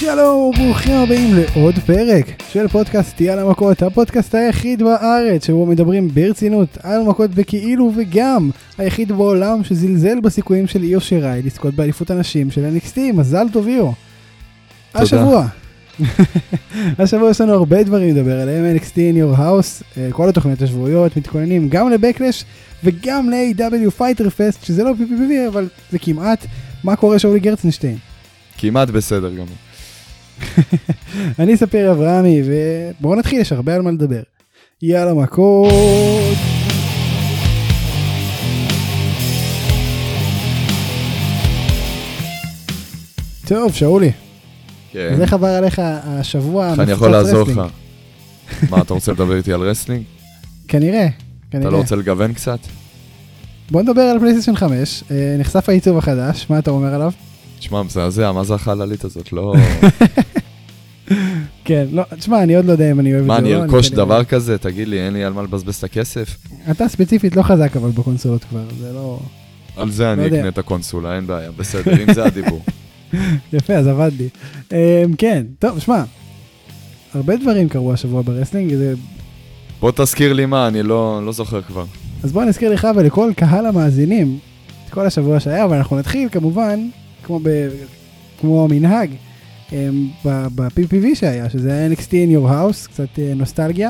שלום, ברוכים הבאים לעוד פרק של פודקאסט על המכות, הפודקאסט היחיד בארץ שבו מדברים ברצינות על מכות בכאילו וגם היחיד בעולם שזלזל בסיכויים של איו שיראי לזכות באליפות הנשים של NXT. מזל טוב איו. השבוע יש לנו הרבה דברים לדבר עליהם. NXT in your house, כל התוכניות השבועיות מתכוננים גם לבקלש וגם ל-AW Fighter Fest, שזה לא PPV אבל זה כמעט. מה קורה שאולי גרצנשטיין? כמעט בסדר גמור. אני ספיר אברהמי, ובואו נתחיל, יש הרבה על מה לדבר. יאללה מכות. טוב, שאולי. כן. אז איך עבר עליך השבוע? אני יכול לעזור לך. מה, אתה רוצה לדבר איתי על רסלינג? כנראה. אתה לא רוצה לגוון קצת? בוא נדבר על פלייסטיישן 5. נחשף העיצוב החדש, מה אתה אומר עליו? תשמע, מזעזע, מה זה החללית הזאת? לא... כן, לא, תשמע, אני עוד לא יודע אם אני אוהב את זה. מה, אני ארכוש דבר כזה? תגיד לי, אין לי על מה לבזבז את הכסף? אתה ספציפית לא חזק אבל בקונסולות כבר, זה לא... על זה אני אקנה את הקונסולה, אין בעיה, בסדר, אם זה הדיבור. יפה, אז עבד לי. כן, טוב, שמע, הרבה דברים קרו השבוע ברסלינג. בוא תזכיר לי מה, אני לא זוכר כבר. אז בוא נזכיר לך ולכל קהל המאזינים את כל השבוע שהיה, אבל אנחנו נתחיל כמובן, כמו מנהג, ב-PPV שהיה, שזה היה NXT in your house, קצת נוסטלגיה.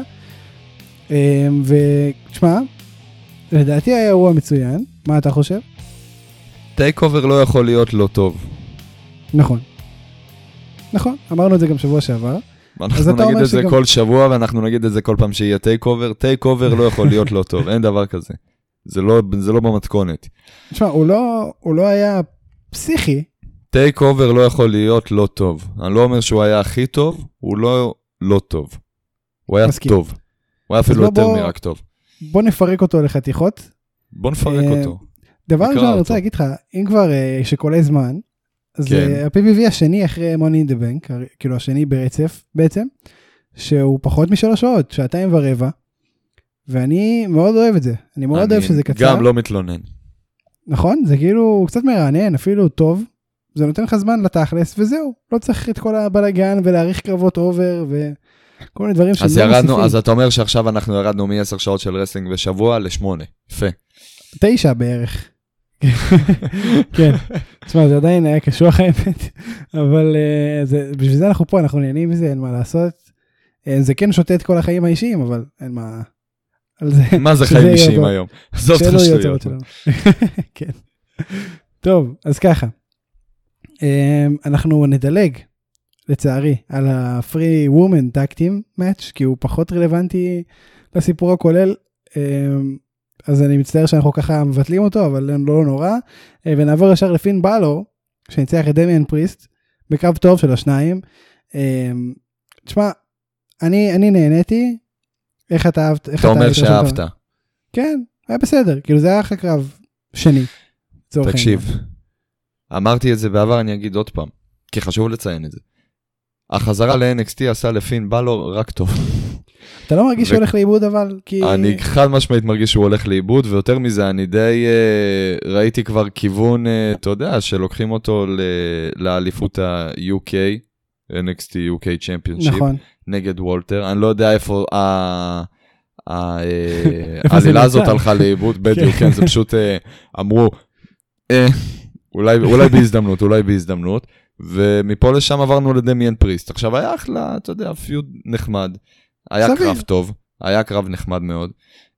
ותשמע, לדעתי היה אירוע מצוין. מה אתה חושב? טייק אובר לא יכול להיות לא טוב. נכון, אמרנו את זה גם שבוע שעבר. אנחנו נגיד את זה כל שבוע, ואנחנו נגיד את זה כל פעם שיהיה טייק אובר. טייק אובר לא יכול להיות לא טוב, אין דבר כזה. זה לא במתכונת. תשמע, הוא לא היה פסיכי. טייק אובר לא יכול להיות לא טוב. אני לא אומר שהוא היה הכי טוב, הוא לא טוב. הוא היה טוב. הוא היה אפילו יותר מרק טוב. בוא נפרק אותו לחתיכות. בוא נפרק אותו. דבר ראשון, אני רוצה להגיד לך, אם כבר שקולה זמן, אז ה-PPV השני אחרי Money in the Bank, כאילו השני ברצף בעצם, שהוא פחות מ3 שעות, 2.25, ואני מאוד אוהב את זה. אני מאוד אוהב שזה קצר. גם לא מתלונן. נכון? זה כאילו קצת מרענן, אפילו טוב. זה נותן לך זמן לתכלס, וזהו. לא צריך את כל הבלגן ולהאריך קרבות אובר וכל מיני דברים שלא מוסיפים. אז אתה אומר שעכשיו אנחנו ירדנו מ10 שעות של רסלינג בשבוע ל8. יפה. 9 בערך. כן. תשמע, זה עדיין היה קשוח האמת, אבל בשביל זה אנחנו פה, אנחנו נהנים מזה, אין מה לעשות. זה כן שותה את כל החיים האישיים, אבל אין מה... מה זה חיים אישיים היום? זאת השטויות. כן. טוב, אז ככה. אנחנו נדלג, לצערי, על ה-Free Woman Tag Team Match, כי הוא פחות רלוונטי לסיפור הכולל, אז אני מצטער שאנחנו ככה מבטלים אותו, אבל לא נורא, ונעבור ישר לפין בלור, שניצח את דמיאן פריסט, בקרב טוב של השניים. תשמע, אני נהניתי, איך אתה אהבת? אתה אומר שאהבת. כן, היה בסדר, כאילו זה היה אחרי קרב שני. תקשיב. אמרתי את זה בעבר, אני אגיד עוד פעם, כי חשוב לציין את זה. החזרה ל-NXT עשה לפין בלור רק טוב. אתה לא מרגיש שהוא הולך לאיבוד אבל? אני חד משמעית מרגיש שהוא הולך לאיבוד, ויותר מזה אני די ראיתי כבר כיוון, אתה יודע, שלוקחים אותו לאליפות ה-UK, NXT UK Championship, נגד וולטר. אני לא יודע איפה העלילה הזאת הלכה לאיבוד, בדיוק, כן, זה פשוט אמרו, אולי בהזדמנות, ומפה לשם עברנו לדמיאן פריסט. עכשיו היה אחלה, אתה יודע, פיוד נחמד, היה קרב טוב, היה קרב נחמד מאוד.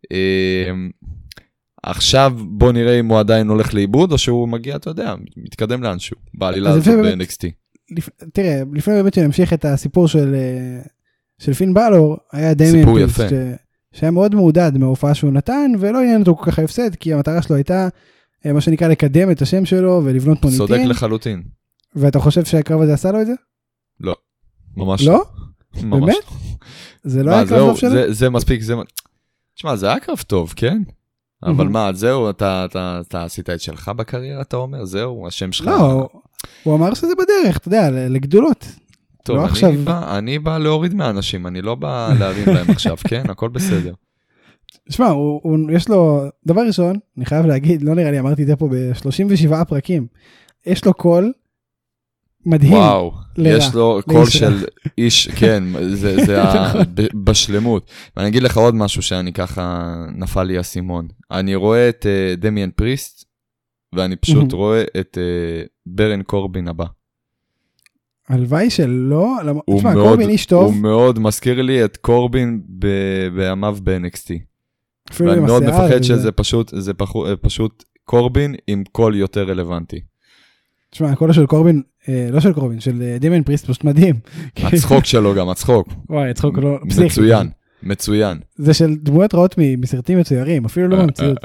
עכשיו בוא נראה אם הוא עדיין הולך לאיבוד, או שהוא מגיע, אתה יודע, מתקדם לאנשהו, בעלילה הזאת ב-NXT. תראה, לפני באמת שנמשיך את הסיפור של פין בלור, היה דמיאן פריסט, שהיה מאוד מעודד מההופעה שהוא נתן, ולא עניין אותו כל כך הפסד, כי המטרה שלו הייתה, מה שנקרא לקדם את השם שלו ולבנות מוניטין. צודק לחלוטין. ואתה חושב שהקרב הזה עשה לו את זה? לא, ממש לא. לא? באמת? זה לא היה קרב טוב שלו? זה מספיק, תשמע, זה היה קרב טוב, כן? אבל מה, זהו, אתה עשית את שלך בקריירה, אתה אומר, זהו, השם שלך. לא, הוא אמר שזה בדרך, אתה יודע, לגדולות. טוב, אני בא להוריד מהאנשים, אני לא בא להרים להם עכשיו, כן? הכל בסדר. תשמע, יש לו, דבר ראשון, אני חייב להגיד, לא נראה לי, אמרתי את זה פה ב-37 פרקים, יש לו קול מדהים. וואו, לרע, יש לו קול של איש, כן, זה בשלמות. ואני אגיד לך עוד משהו שאני ככה נפל לי הסימון. אני רואה את דמיאן פריסט, ואני פשוט רואה את ברן קורבין הבא. הלוואי שלא, תשמע, קורבין איש טוב. הוא מאוד מזכיר לי את קורבין בימיו ב-NXT. ואני מאוד מפחד שזה פשוט קורבין עם קול יותר רלוונטי. תשמע, הקול של קורבין, לא של קורבין, של דמיאן פריסט פשוט מדהים. הצחוק שלו גם, הצחוק. וואי, הצחוק לא פסיכי. מצוין, מצוין. זה של דמויות רעות מסרטים מצוירים, אפילו לא במציאות.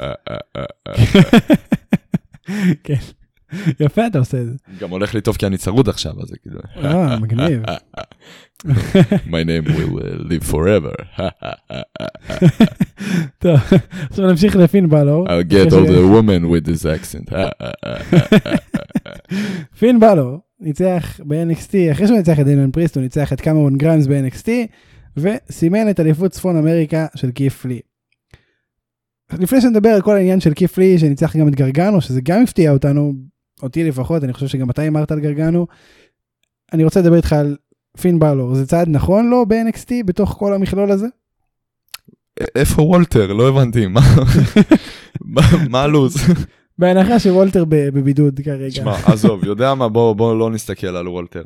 כן. יפה אתה עושה את זה. גם הולך לי טוב כי אני צרוד עכשיו, אז זה כאילו... מגניב. My name will live forever. טוב, עכשיו נמשיך לפין בלור. I'll get all the women with this accent. פין בלור ניצח ב-NXT, אחרי שהוא ניצח את דמיאן פריסט, הוא ניצח את קמרון גריימס ב-NXT, וסימן את אליפות צפון אמריקה של כיף לי. לפני שנדבר על כל העניין של כיף לי, שניצח גם את גרגנו, שזה גם הפתיע אותנו, אותי לפחות, אני חושב שגם אתה אמרת על גרגנו, אני רוצה לדבר איתך על פין בלור, זה צעד נכון לו ב-NXT בתוך כל המכלול הזה? איפה וולטר? לא הבנתי, מה הלוז? בהנחה שוולטר בבידוד כרגע. שמע, עזוב, יודע מה, בוא לא נסתכל על וולטר.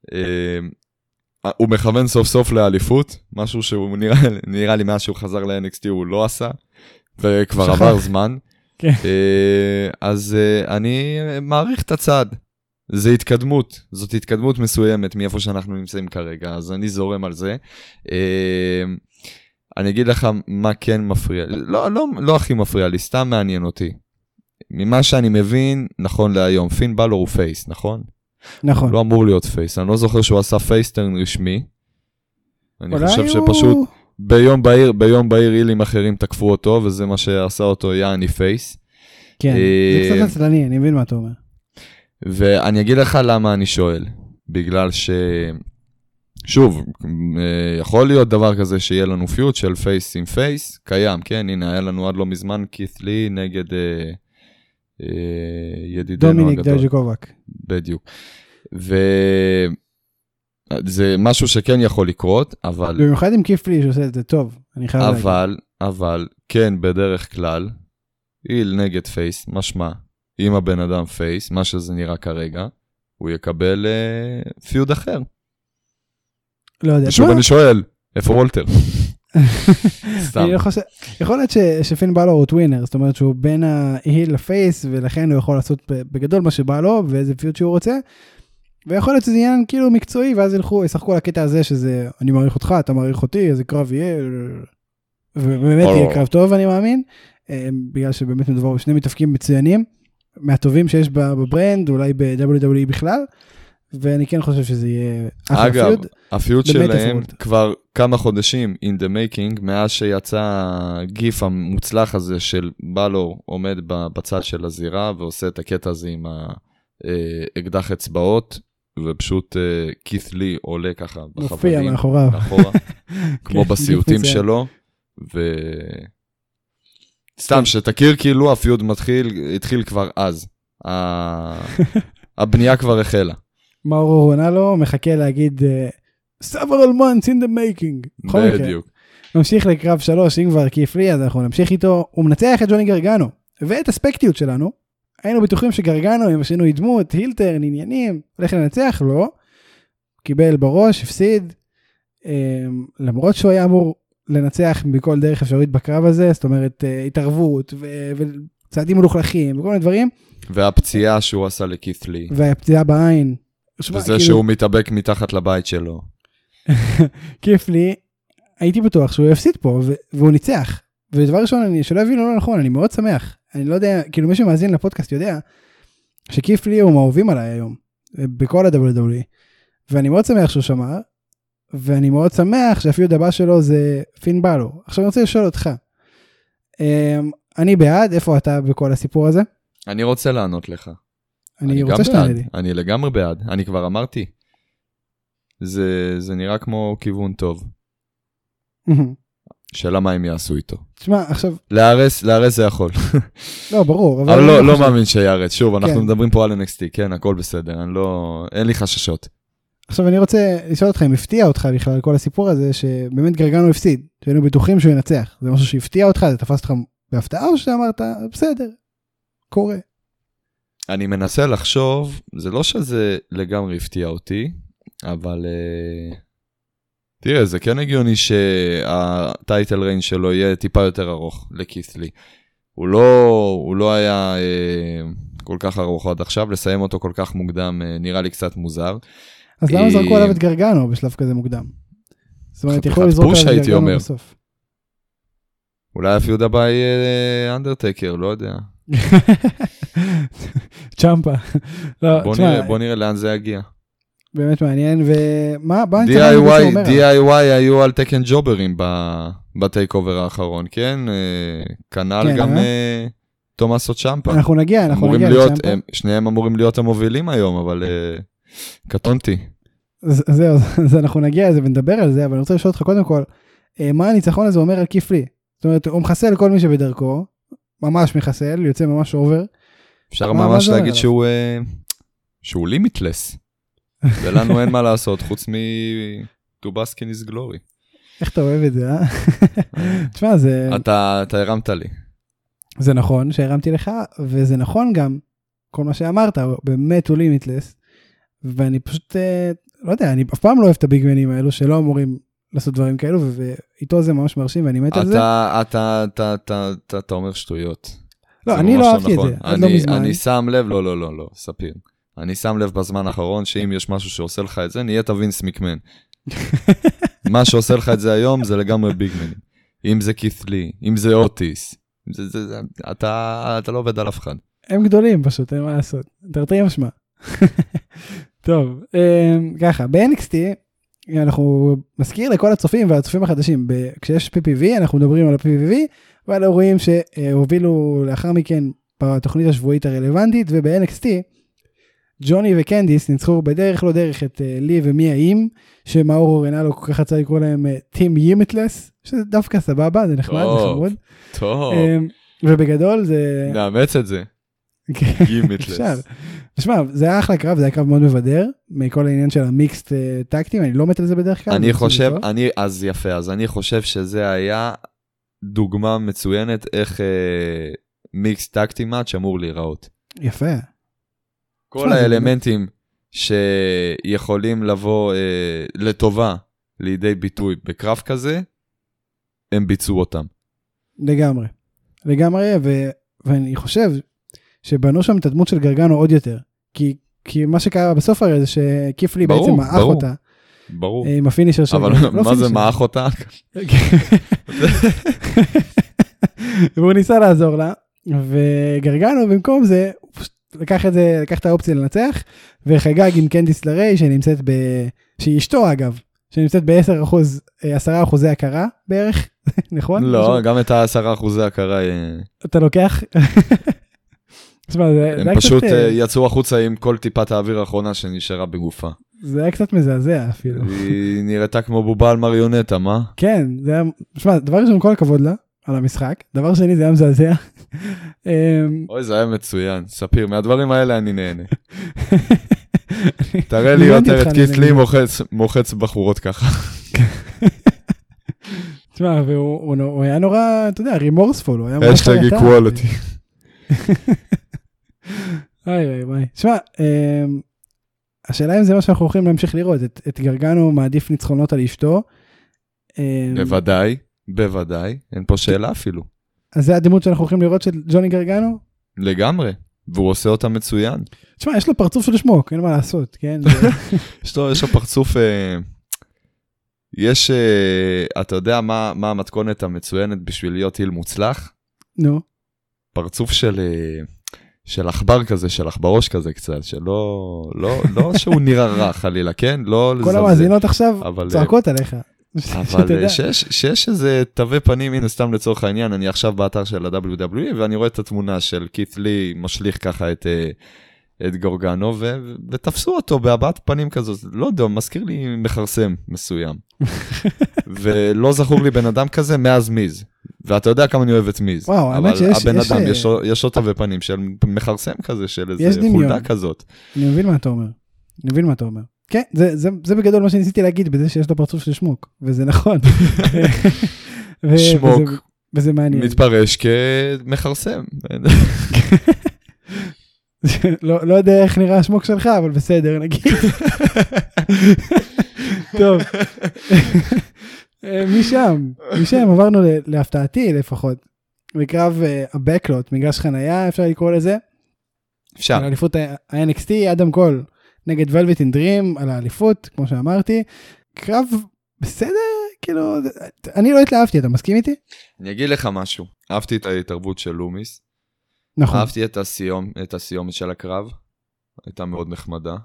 הוא מכוון סוף סוף לאליפות, משהו שהוא נראה לי מאז שהוא חזר ל-NXT הוא לא עשה, וכבר עבר זמן. אז אני מעריך את הצעד. זה התקדמות, זאת התקדמות מסוימת מאיפה שאנחנו נמצאים כרגע, אז אני זורם על זה. אני אגיד לך מה כן מפריע, לא הכי מפריע לי, סתם מעניין אותי. ממה שאני מבין, נכון להיום, פין בלור הוא פייס, נכון? נכון. לא אמור להיות פייס, אני לא זוכר שהוא עשה פייסטרן רשמי. אני חושב שפשוט ביום בהיר אילים אחרים תקפו אותו, וזה מה שעשה אותו יעני פייס. כן, זה קצת עצלני, אני מבין מה אתה אומר. ואני אגיד לך למה אני שואל, בגלל שוב, יכול להיות דבר כזה שיהיה לנו פיוט של פייס עם פייס, קיים, כן, הנה, היה לנו עד לא מזמן כית לי נגד ידידנו הגדול. דומיניק דייג'קובק. בדיוק. וזה משהו שכן יכול לקרות, אבל... במיוחד עם כיף לי שעושה את זה טוב, אני חייב להגיד. אבל, כן, בדרך כלל, איל נגד פייס, משמע, אם הבן אדם פייס, מה שזה נראה כרגע, הוא יקבל פיוד אחר. לא יודע. שוב אני שואל, איפה וולטר? סתם. יכול להיות שפין בלור הוא טווינר, זאת אומרת שהוא בין ההיל לפייס, ולכן הוא יכול לעשות בגדול מה שבא לו, ואיזה פיוד שהוא רוצה, ויכול להיות שזה עניין כאילו מקצועי, ואז ישחקו על הקטע הזה שזה, אני מעריך אותך, אתה מעריך אותי, איזה קרב יהיה, ובאמת יהיה קרב טוב, אני מאמין, בגלל שבאמת מדובר בשני מתאפקים מצוינים, מהטובים שיש בברנד, אולי ב-WWE בכלל, ואני כן חושב שזה יהיה אחלה אגב, פיוד. הפיוד שלהם כבר כמה חודשים in the making, מאז שיצא הגיף המוצלח הזה של בלור עומד בצד של הזירה, ועושה את הקטע הזה עם האקדח אצבעות, ופשוט כית לי עולה ככה מופיע מאחוריו. כמו בסיוטים שלו, סתם שתכיר כאילו הפיוד התחיל כבר אז. הבנייה כבר החלה. מאורו רונלו מחכה להגיד several months in the making. בדיוק. נמשיך לקרב 3, אם כבר כיף לי, אז אנחנו נמשיך איתו. הוא מנצח את ג'וני גרגנו, ואת הספקטיות שלנו. היינו בטוחים שגרגנו עם השינוי דמות, הילטרן, עניינים, הולך לנצח, לא. קיבל בראש, הפסיד. למרות שהוא היה אמור לנצח בכל דרך אפשרית בקרב הזה, זאת אומרת, התערבות וצעדים מלוכלכים וכל מיני דברים. והפציעה שהוא עשה לכית לי. והפציעה בעין. וזה שהוא מתאבק מתחת לבית שלו. כיף לי, הייתי בטוח שהוא יפסיד פה, והוא ניצח. ודבר ראשון, שלא הבינו לא נכון, אני מאוד שמח. אני לא יודע, כאילו מי שמאזין לפודקאסט יודע, שכיף לי הוא מאהובים עליי היום, בכל ה-WWE. ואני מאוד שמח שהוא שמר, ואני מאוד שמח שהפיוד הבא שלו זה פין בלור. עכשיו אני רוצה לשאול אותך, אני בעד, איפה אתה בכל הסיפור הזה? אני רוצה לענות לך. אני רוצה שתענה לי. אני לגמרי בעד, אני כבר אמרתי. זה נראה כמו כיוון טוב. שאלה מה הם יעשו איתו. תשמע, עכשיו... להרס זה יכול. לא, ברור. אבל לא מאמין שיארץ. שוב, אנחנו מדברים פה על NXT, כן, הכל בסדר, אין לי חששות. עכשיו אני רוצה לשאול אותך, אם הפתיע אותך בכלל כל הסיפור הזה, שבאמת גרגנו הפסיד, שהיינו בטוחים שהוא ינצח. זה משהו שהפתיע אותך, זה תפס אותך בהפתעה, או שאמרת, בסדר, קורה. אני מנסה לחשוב, זה לא שזה לגמרי הפתיע אותי, אבל תראה, זה כן הגיוני שהטייטל ריין שלו יהיה טיפה יותר ארוך לקית'לי. הוא לא היה כל כך ארוך עד עכשיו, לסיים אותו כל כך מוקדם נראה לי קצת מוזר. אז למה זרקו עליו את גרגנו בשלב כזה מוקדם? זאת אומרת, יכולו לזרוק עליו את גרגנו בסוף. אולי אפילו דבי אנדרטקר, לא יודע. צ'מפה. בוא נראה לאן זה יגיע. באמת מעניין, ומה? DIY היו על תקן ג'וברים בטייק אובר האחרון, כן? כנ"ל גם תומאסו צ'מפה. אנחנו נגיע לצ'מפה. שניהם אמורים להיות המובילים היום, אבל קטונתי. זהו, אז אנחנו נגיע לזה ונדבר על זה, אבל אני רוצה לשאול אותך קודם כל, מה הניצחון הזה אומר על קית'לי? זאת אומרת, הוא מחסל כל מי שבדרכו, ממש מחסל, יוצא ממש אובר. אפשר ממש להגיד שהוא לימיטלס. ולנו אין מה לעשות, חוץ to bask in his glory. איך אתה אוהב את זה, תשמע, זה... אתה הרמת לי. זה נכון שהרמתי לך, וזה נכון גם, כל מה שאמרת, באמת הוא לימיטלס, ואני פשוט, לא יודע, אני אף פעם לא אוהב את הביגמנים האלו, שלא אמורים לעשות דברים כאלו, ואיתו זה ממש מרשים, ואני מת על זה. אתה אומר שטויות. לא, אני לא אהבתי את זה, עד לא מזמן. אני שם לב, לא, ספיר. אני שם לב בזמן האחרון, שאם יש משהו שעושה לך את זה, נהיית וינס מקמן. מה שעושה לך את זה היום, זה לגמרי ביגמנים. אם זה קית'לי, אם זה אוטיס, אתה לא עובד על אף אחד. הם גדולים פשוט, אין מה לעשות. תרתי משמע. טוב, ככה, ב-NXT, אנחנו מזכיר לכל הצופים והצופים החדשים, כשיש PPV, אנחנו מדברים על ה-PPV, ועל האירועים שהובילו לאחר מכן בתוכנית השבועית הרלוונטית, וב-NXT, ג'וני וקנדיס ניצחו בדרך לא דרך את לי ומי האם, שמאורו רנלו כל כך רצה לקרוא להם טים ימיטלס, שזה דווקא סבבה, זה נחמד, זה חמוד. טוב. ובגדול זה... נאמץ את זה. ימיטלס. תשמע, זה היה אחלה קרב, זה היה קרב מאוד מבדר, מכל העניין של המיקסט טקטים, אני לא מת על זה בדרך כלל. אני חושב, אז יפה, אז אני חושב שזה היה דוגמה מצוינת איך מיקסט טקטי מאץ' אמור להיראות. יפה. כל האלמנטים שיכולים לבוא לטובה לידי ביטוי בקרב כזה, הם ביצעו אותם. לגמרי, ואני חושב שבנו שם את הדמות של גרגנו עוד יותר, כי מה שקרה בסוף הרי זה שקית'לי בעצם מעך אותה. ברור. עם הפינישר של... אבל מה זה מעך אותה? והוא ניסה לעזור לה, וגרגנו במקום זה, לקח את האופציה לנצח, וחגג עם קנדיס לריי, שהיא אשתו אגב, שנמצאת ב-10% הכרה בערך, נכון? לא, גם את ה-10% הכרה. אתה לוקח... הם פשוט יצאו החוצה עם כל טיפת האוויר האחרונה שנשארה בגופה. זה היה קצת מזעזע אפילו. היא נראתה כמו בובה על מריונטה, מה? כן, זה היה... שמע, דבר ראשון כל הכבוד לה, על המשחק. דבר שני, זה היה מזעזע. אוי, זה היה מצוין. ספיר, מהדברים האלה אני נהנה. תראה לי יותר את קית'לי מוחץ בחורות ככה. תשמע, והוא היה נורא, אתה יודע, רימורספול. השטג איקוואליטי. איי. תשמע, השאלה אם זה מה שאנחנו הולכים להמשיך לראות. את גרגנו מעדיף ניצחונות על אשתו. בוודאי, אין פה שאלה אפילו. אז זה הדמות שאנחנו הולכים לראות של ג'וני גרגנו? לגמרי, והוא עושה אותה מצוין. תשמע, יש לו פרצוף של שמוק, אין מה לעשות, כן? יש לו פרצוף, אתה יודע מה המתכונת המצוינת בשביל להיות היל מוצלח? נו. פרצוף של עכבר כזה, של עכברוש כזה קצת, לא שהוא נראה רע חלילה, כן? כל המאזינות עכשיו צועקות עליך. אבל שיש איזה תווי פנים, הנה סתם לצורך העניין, אני עכשיו באתר של ה-WWE, ואני רואה את התמונה של קית'לי משליך ככה את גורגנו, ותפסו אותו בהבעת פנים כזאת, לא יודע, מזכיר לי מחרסם מסוים. ולא זכור לי בן אדם כזה מאז מיז. ואתה יודע כמה אני אוהב את מיז. וואו, האמת שיש... אבל הבן אדם יש אותו בפנים של מחרסם כזה, של איזה חולדה כזאת. אני מבין מה אתה אומר. כן, זה בגדול מה שניסיתי להגיד, בזה שיש לו פרצוף של שמוק, וזה נכון. שמוק. וזה מעניין. מתפרש כמחרסם. לא יודע איך נראה השמוק שלך, אבל בסדר, נגיד. טוב. משם עברנו להפתעתי לפחות. בקרב הבקלוט, מגרש חנייה, אפשר לקרוא לזה. אפשר. על האליפות ה-NXT, אדם קול נגד ולווט אין דרים, על האליפות, כמו שאמרתי. קרב בסדר, כאילו, אני לא התלהבתי, אתה מסכים איתי? אני אגיד לך משהו. אהבתי את ההתערבות של לומיס. נכון. אהבתי את הסיומת של הקרב. הייתה מאוד נחמדה.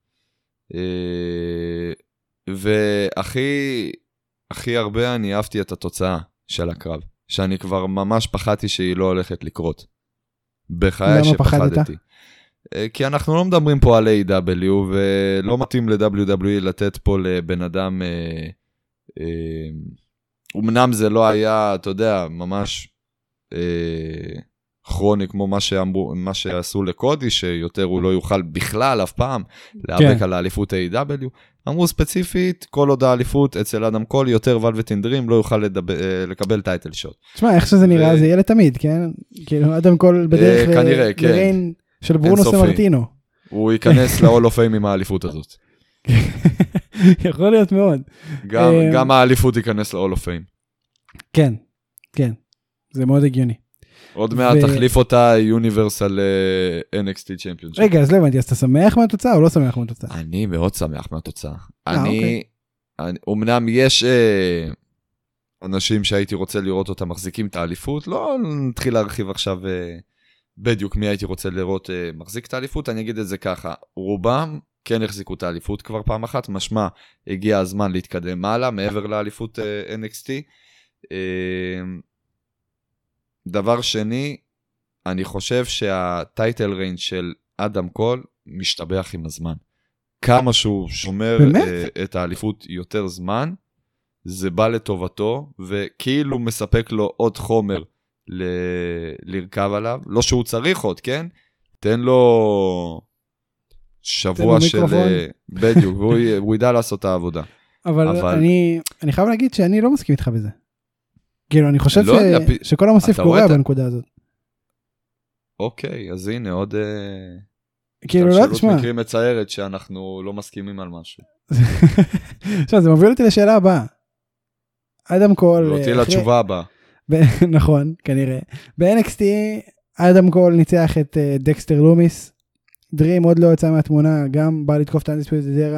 הכי הרבה אני אהבתי את התוצאה של הקרב, שאני כבר ממש פחדתי שהיא לא הולכת לקרות. בחיי שפחדתי. כי אנחנו לא מדברים פה על AW, ולא מתאים ל-WWE לתת פה לבן אדם, אמנם זה לא היה, אתה יודע, ממש כרוני, כמו מה שעשו לקודי, שיותר הוא לא יוכל בכלל אף פעם להיאבק על האליפות AW. אמרו ספציפית, כל עוד האליפות אצל אדם קול, יותר ולווט אין דרים, לא יוכל לקבל טייטל שוט. תשמע, איך שזה נראה, זה יהיה לתמיד, כן? כאילו, אדם קול בדרך לריין של ברונו סמרטינו. הוא ייכנס ל-Hall of Fame עם האליפות הזאת. יכול להיות מאוד. גם האליפות ייכנס ל-Hall of Fame. כן, כן. זה מאוד הגיוני. עוד מעט תחליף אותה Universal NXT Championship. רגע, אז לא הבנתי, אז אתה שמח מהתוצאה או לא שמח מהתוצאה? אני מאוד שמח מהתוצאה. אמנם יש אנשים שהייתי רוצה לראות אותם מחזיקים את האליפות, לא נתחיל להרחיב עכשיו בדיוק מי הייתי רוצה לראות מחזיק את האליפות, אני אגיד את זה ככה, רובם כן החזיקו את האליפות כבר פעם אחת, משמע הגיע הזמן להתקדם מעלה, מעבר לאליפות NXT. דבר שני, אני חושב שהטייטל ריינג' של אדם קול משתבח עם הזמן. כמה שהוא שומר את האליפות יותר זמן, זה בא לטובתו, וכאילו מספק לו עוד חומר לרכב עליו. לא שהוא צריך עוד, כן? תן לו שבוע של... בדיוק, והוא ידע לעשות את העבודה. אבל אני חייב להגיד שאני לא מסכים איתך בזה. כאילו, אני חושב שכל המוסיף קורה בנקודה הזאת. אוקיי, אז הנה עוד... כאילו, לא, תשמע. שאלות מקרים מציירת שאנחנו לא מסכימים על משהו. עכשיו, זה מוביל אותי לשאלה הבאה. אדם קול... ואותי לתשובה הבאה. נכון, כנראה. ב-NXT, אדם קול ניצח את דקסטר לומיס. דרים עוד לא יצא מהתמונה, גם בא לתקוף את האנדיספיוטד ארה.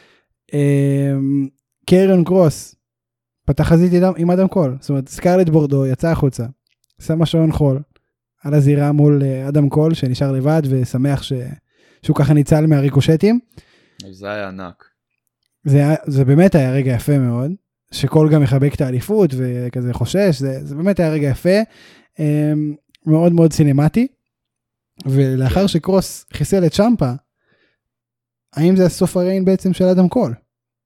קיירן קרוס. פתח חזית עם אדם קול, זאת אומרת, סקרלט בורדו יצא החוצה, שמה שעון חול על הזירה מול אדם קול, שנשאר לבד ושמח שהוא ככה ניצל מהריקושטים. זה היה ענק. זה באמת היה רגע יפה מאוד, שקול גם יחבק את האליפות וכזה חושש, זה באמת היה רגע יפה, מאוד מאוד סינמטי, ולאחר שקרוס חיסל את שמפה, האם זה הסוף הריין בעצם של אדם קול?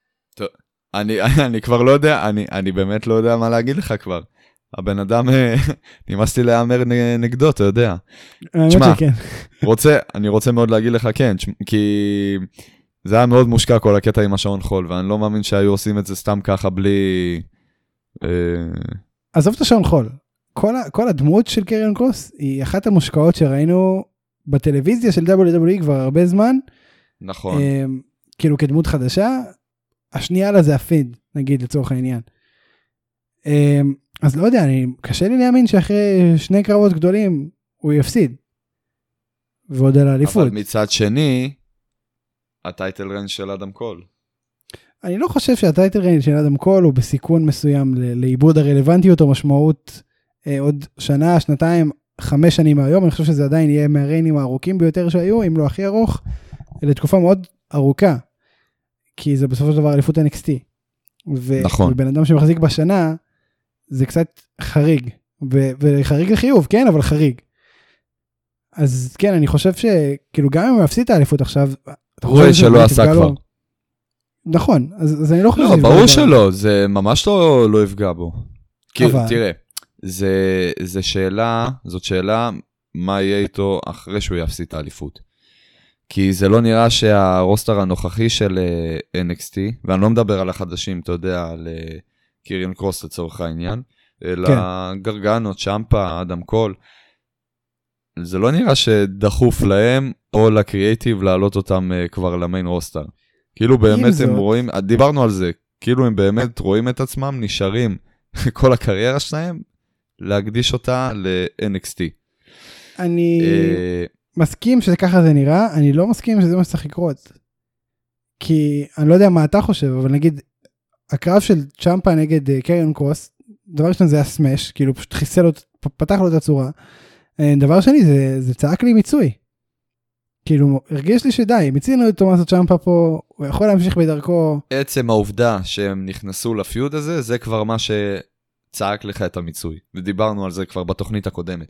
אני כבר לא יודע, אני באמת לא יודע מה להגיד לך כבר. הבן אדם, נמאס לי להאמר נגדו, אתה יודע. תשמע, אני רוצה מאוד להגיד לך כן, כי זה היה מאוד מושקע כל הקטע עם השעון חול, ואני לא מאמין שהיו עושים את זה סתם ככה בלי... עזוב את השעון חול. כל הדמות של קיירן קרוס היא אחת המושקעות שראינו בטלוויזיה של WWE כבר הרבה זמן. נכון. כאילו כדמות חדשה, השנייה לה זה הפיד, נגיד לצורך העניין. אז לא יודע, קשה לי להאמין שאחרי שני קרבות גדולים הוא יפסיד. ועוד על האליפות. אבל מצד שני, הטייטל ריינג' של אדם קול. אני לא חושב שהטייטל ריינג' של אדם קול הוא בסיכון מסוים לאיבוד הרלוונטיות או משמעות עוד שנה, שנתיים, 5 שנים מהיום. אני חושב שזה עדיין יהיה מהריינים הארוכים ביותר שהיו, אם לא הכי ארוך, לתקופה מאוד ארוכה. כי זה בסופו של דבר אליפות NXT. נכון. ובן אדם שמחזיק בשנה, זה קצת חריג. וחריג לחיוב, כן, אבל חריג. אז כן, אני חושב שכאילו גם אם הוא יפסיד את האליפות עכשיו, רואה שלא עשה כבר. נכון, אז אני לא חושב... לא, ברור שלא, זה ממש לא יפגע בו. תראה, זאת שאלה מה יהיה איתו אחרי שהוא יפסיד את האליפות. כי זה לא נראה שהרוסטר הנוכחי של NXT, ואני לא מדבר על החדשים, אתה יודע, על קיריון קרוס לצורך העניין, אלא גרגנו, צ'מפה, אדם קול, זה לא נראה שדחוף להם או לקריאייטיב להעלות אותם כבר למיין רוסטר. כאילו באמת הם רואים, דיברנו על זה, כאילו הם באמת רואים את עצמם, נשארים כל הקריירה שלהם, להקדיש אותה ל-NXT. אני מסכים שככה זה נראה, אני לא מסכים שזה מה שצריך לקרות. כי אני לא יודע מה אתה חושב, אבל נגיד, הקרב של צ'מפה נגד קריון קרוס, דבר ראשון זה היה סמש, כאילו פשוט חיסל לו, פתח לו את הצורה. דבר שני, זה צעק לי מיצוי. כאילו, הרגיש לי שדי, מצינו את תומאסו צ'מפה פה, הוא יכול להמשיך בדרכו. עצם העובדה שהם נכנסו לפיוד הזה, זה כבר מה שצעק לך את המיצוי. ודיברנו על זה כבר בתוכנית הקודמת.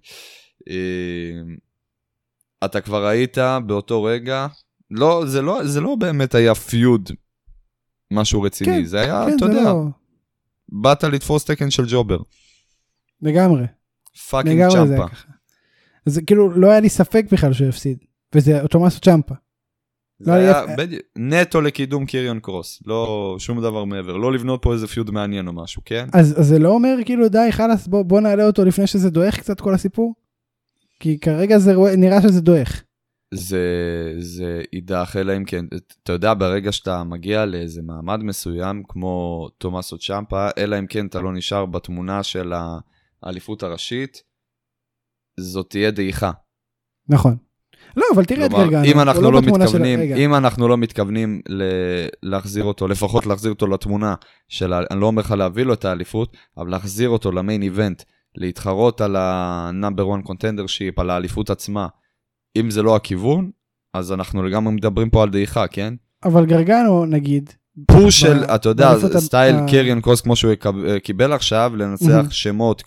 אתה כבר ראית באותו רגע, לא, זה לא באמת היה פיוד משהו רציני, כן, זה היה, כן, אתה יודע, לא... באת לתפוס תקן של ג'ובר. לגמרי. פאקינג צ'מפה. אז כאילו לא היה לי ספק בכלל שהוא יפסיד, וזה תומאסו צ'מפה. זה היה נטו לקידום קיריון קרוס, לא שום דבר מעבר, לא לבנות פה איזה פיוד מעניין או משהו, כן? אז זה לא אומר כאילו די חלס, בוא נעלה אותו לפני שזה דורך קצת כל הסיפור? כי כרגע זה נראה שזה דורך. זה יידח, אלא אם כן, אתה יודע, ברגע שאתה מגיע לאיזה מעמד מסוים, כמו תומאסו צ'מפה, אלא אם כן אתה לא נשאר בתמונה של האליפות הראשית, זאת תהיה דעיכה. נכון. לא, אבל תראה את גרגנו. אם אנחנו לא מתכוונים להחזיר אותו, לפחות להחזיר אותו לתמונה, אני לא אומר לך להביא לו את האליפות, אבל להחזיר אותו למיין איבנט, להתחרות על ה-number one contender ship, על האליפות עצמה, אם זה לא הכיוון, אז אנחנו לגמרי מדברים פה על דעיכה, כן? אבל גרגנו, נגיד... פוש של, אתה יודע, סטייל קריון קרוס כמו שהוא קיבל עכשיו, לנצח שמות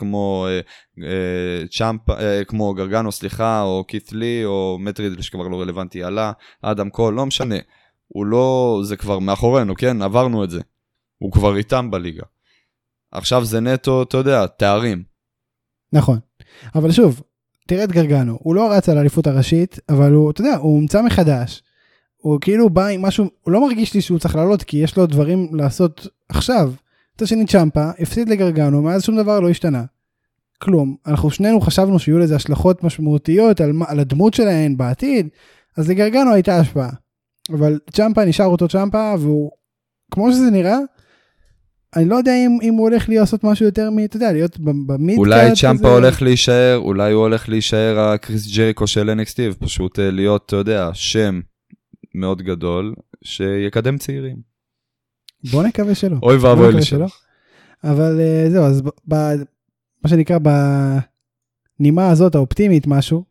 כמו גרגנו, סליחה, או קית' לי, או מטריד שכבר לא רלוונטי עלה, אדם קול, לא משנה. הוא לא, זה כבר מאחורינו, כן? עברנו את זה. הוא כבר איתם בליגה. עכשיו זה נטו, אתה יודע, תארים. נכון. אבל שוב, תראה את גרגנו, הוא לא רץ על האליפות הראשית, אבל הוא, אתה יודע, הוא הומצא מחדש, הוא כאילו בא עם משהו, הוא לא מרגיש לי שהוא צריך לעלות, כי יש לו דברים לעשות עכשיו. אתה שני צ'מפה, הפסיד לגרגנו, מאז שום דבר לא השתנה. כלום. אנחנו שנינו חשבנו שיהיו לזה השלכות משמעותיות על הדמות שלהן בעתיד, אז לגרגנו הייתה השפעה. אבל צ'מפה נשאר אותו צ'מפה, והוא, כמו שזה נראה, אני לא יודע אם הוא הולך לעשות משהו יותר אתה יודע, להיות במידקאט. אולי צ'מפה הולך להישאר, אולי הוא הולך להישאר הקריס ג'ריקו של NXT, פשוט להיות, אתה יודע, שם מאוד גדול, שיקדם צעירים. בוא נקווה שלא. אוי ואבוי לשלו. אבל זהו, אז מה שנקרא בנימה הזאת האופטימית משהו,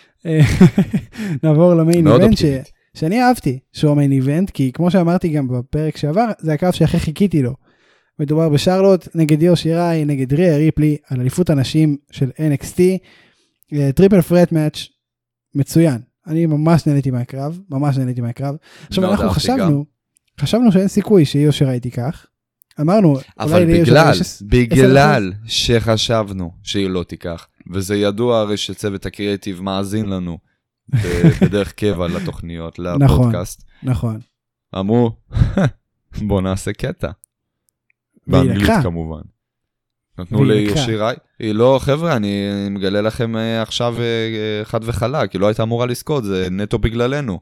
נעבור למיין איבנט שאני אהבתי, שהוא המיין איבנט, כי כמו שאמרתי גם בפרק שעבר, זה הקרב שהכי חיכיתי לו. מדובר בשרלוט נגד איו שיראי, נגד ריה ריפלי, על אליפות הנשים של NXT, טריפל פרט מאץ' מצוין. אני ממש נהניתי מהקרב, עכשיו אנחנו חשבנו שאין סיכוי שאיו שיראי תיקח. אמרנו, אבל בגלל שחשבנו שהיא לא תיקח, וזה ידוע הרי שצוות הקריאטיב מאזין לנו בדרך קבע לתוכניות, לפודקאסט. נכון. אמרו, בוא נעשה קטע. באנגלית כמובן. נתנו לי שיראי. היא לא, חבר'ה, אני מגלה לכם עכשיו חד וחלק, היא לא הייתה אמורה לזכות, זה נטו בגללנו.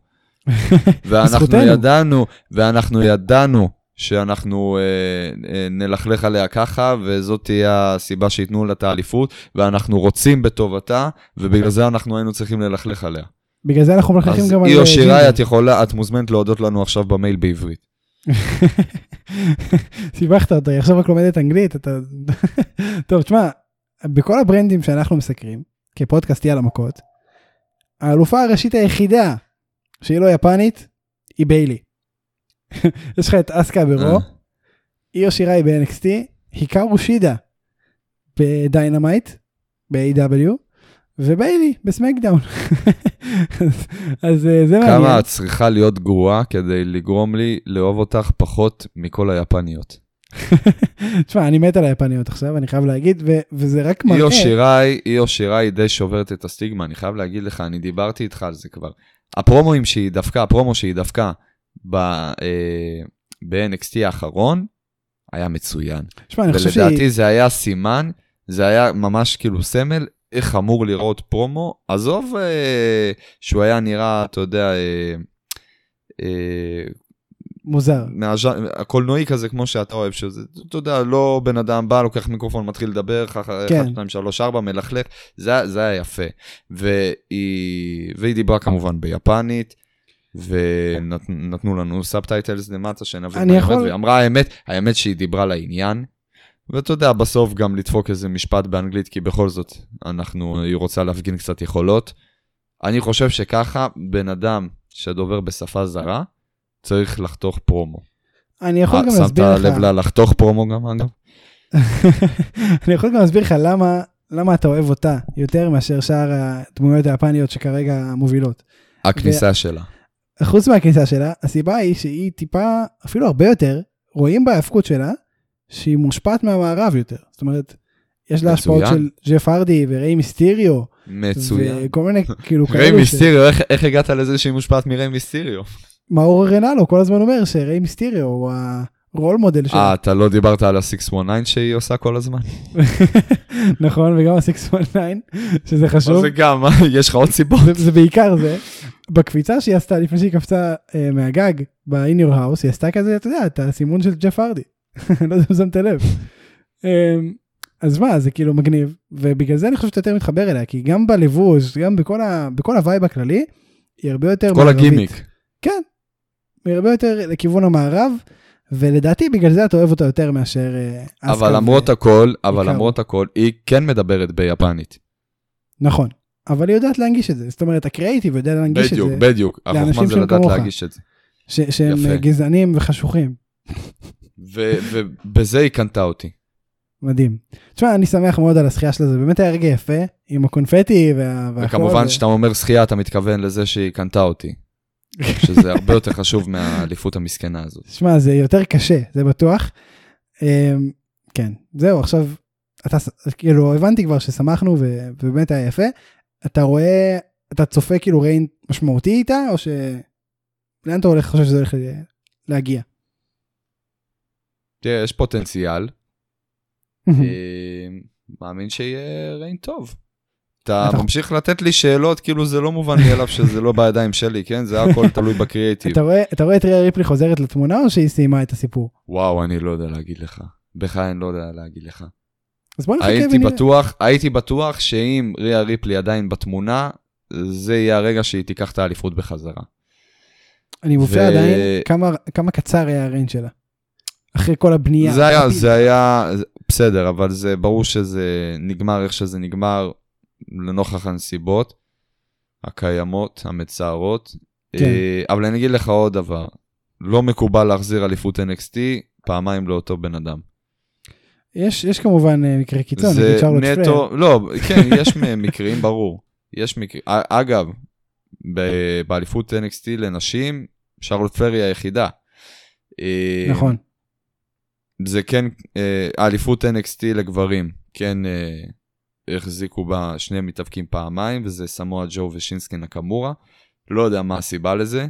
ואנחנו ידענו שאנחנו נלכלך עליה ככה, וזאת תהיה הסיבה שיתנו לה את האליפות, ואנחנו רוצים בטובתה, ובגלל זה אנחנו היינו צריכים ללכלך עליה. בגלל זה אנחנו מלכלכים גם על... אז איו שיראי, את מוזמנת להודות לנו עכשיו במייל בעברית. סיבכת אותה, היא עכשיו רק לומדת אנגלית, אתה... טוב, תשמע, בכל הברנדים שאנחנו מסקרים, כפודקאסט יאללה מכות, האלופה הראשית היחידה שהיא לא יפנית, היא ביילי. יש לך את אסקה ברו, איו שיראי ב-NXT, היקארו שידה בדיינמייט, ב-AW, וביילי בסמקדאון. אז זה מעניין. כמה את צריכה להיות גרועה כדי לגרום לי לאהוב אותך פחות מכל היפניות? תשמע, אני מת על היפניות עכשיו, אני חייב להגיד, וזה רק מראה. איו שיראי די שוברת את הסטיגמה, אני חייב להגיד לך, אני דיברתי איתך על זה כבר. הפרומו שהיא דווקא ב-NXT האחרון, היה מצוין. תשמע, אני חושב ולדעתי זה היה סימן, זה היה ממש כאילו סמל, איך אמור לראות פרומו, עזוב שהוא היה נראה, אתה יודע, מוזר. הקולנועי כזה, כמו שאתה אוהב, שזה, אתה יודע, לא בן אדם בא, לוקח מיקרופון, מתחיל לדבר, 1, 2, 3, 4, מלכלך, זה היה יפה. והיא דיברה כמובן ביפנית, ונתנו לנו סאבטייטלס למטה, שנבין מה היא ואמרה האמת שהיא דיברה לעניין, ואתה יודע, בסוף גם לדפוק איזה משפט באנגלית, כי בכל זאת, היא רוצה להפגין קצת יכולות. אני חושב שככה, בן אדם שדובר בשפה זרה, צריך לחתוך פרומו. אני יכול גם להסביר לך... שמת לב לחתוך פרומו גם, אגב? אני יכול גם להסביר לך למה אתה אוהב אותה, יותר מאשר שאר הדמויות היפניות שכרגע מובילות. הכניסה שלה. חוץ מהכניסה שלה, הסיבה היא שהיא טיפה, אפילו הרבה יותר, רואים בהפקות שלה, שהיא מושפעת מהמערב יותר. זאת אומרת, יש לה השפעות של ג'ף הרדי וריי מיסטיריו. מצוין. וכל מיני כאילו ריי מיסטיריו, איך הגעת לזה שהיא מושפעת מריי מיסטיריו? מאור רנלו כל הזמן אומר שריי מיסטיריו הוא הרול מודל שלו. אתה לא דיברת על ה-619 שהיא עושה כל הזמן? נכון, וגם ה-619, שזה חשוב. זה גם, יש לך עוד סיבות? זה בעיקר זה. בקפיצה שהיא עשתה, לפני שהיא קפצה מהגג, ב-In Your House, היא עשתה כזה, אתה יודע, את הסימון של ג'ף הרדי. לא יודע אם שמת לב. אז מה, זה כאילו מגניב, ובגלל זה אני חושב שאתה יותר מתחבר אליה, כי גם בלבוש, גם בכל הווייב הכללי, היא הרבה יותר כל הגימיק. כן, היא הרבה יותר לכיוון המערב, ולדעתי בגלל זה אתה אוהב אותה יותר מאשר... אבל למרות הכל, היא כן מדברת ביפנית. נכון, אבל היא יודעת להנגיש את זה, זאת אומרת, הקריאיטיב יודע להנגיש את זה. בדיוק, החוכמה זה לדעת להנגיש את זה. שהם גזענים וחשוכים. ובזה היא קנתה אותי. מדהים. תשמע, אני שמח מאוד על השחייה שלה, זה באמת היה רגע יפה, עם הקונפטי וכמובן שאתה אומר שחייה, אתה מתכוון לזה שהיא קנתה אותי. שזה הרבה יותר חשוב מהאליפות המסכנה הזאת. תשמע, זה יותר קשה, זה בטוח. כן, זהו, עכשיו, כאילו, הבנתי כבר ששמחנו, ובאמת היה יפה. אתה רואה, אתה צופה כאילו ריין משמעותי איתה, או לאן אתה הולך, חושב שזה הולך להגיע? תראה, יש פוטנציאל. מאמין שיהיה ריין טוב. אתה ממשיך לתת לי שאלות, כאילו זה לא מובן לי אליו שזה לא בידיים שלי, כן? זה הכל תלוי בקריאטיב. אתה רואה את ריה ריפלי חוזרת לתמונה, או שהיא סיימה את הסיפור? וואו, אני לא יודע להגיד לך. בכלל אני לא יודע להגיד לך. אז בוא נחכה ונראה. הייתי בטוח שאם ריה ריפלי עדיין בתמונה, זה יהיה הרגע שהיא תיקח את האליפות בחזרה. אני מופיע עדיין כמה קצר היה הריין שלה. אחרי כל הבנייה. זה היה בסדר, אבל זה ברור שזה נגמר איך שזה נגמר, לנוכח הנסיבות הקיימות, המצערות. כן. אבל אני אגיד לך עוד דבר, לא מקובל להחזיר אליפות NXT פעמיים לאותו בן אדם. יש כמובן מקרה קיצון, זה נטו, לא, כן, יש מקרים, ברור. יש מקרים, אגב, באליפות NXT לנשים, שרלוט פלר היא היחידה. נכון. זה כן, האליפות NXT לגברים, כן, החזיקו בה שני מתאבקים פעמיים, וזה סמואה ג'ו ושינסקי נקמורה. לא יודע מה הסיבה לזה.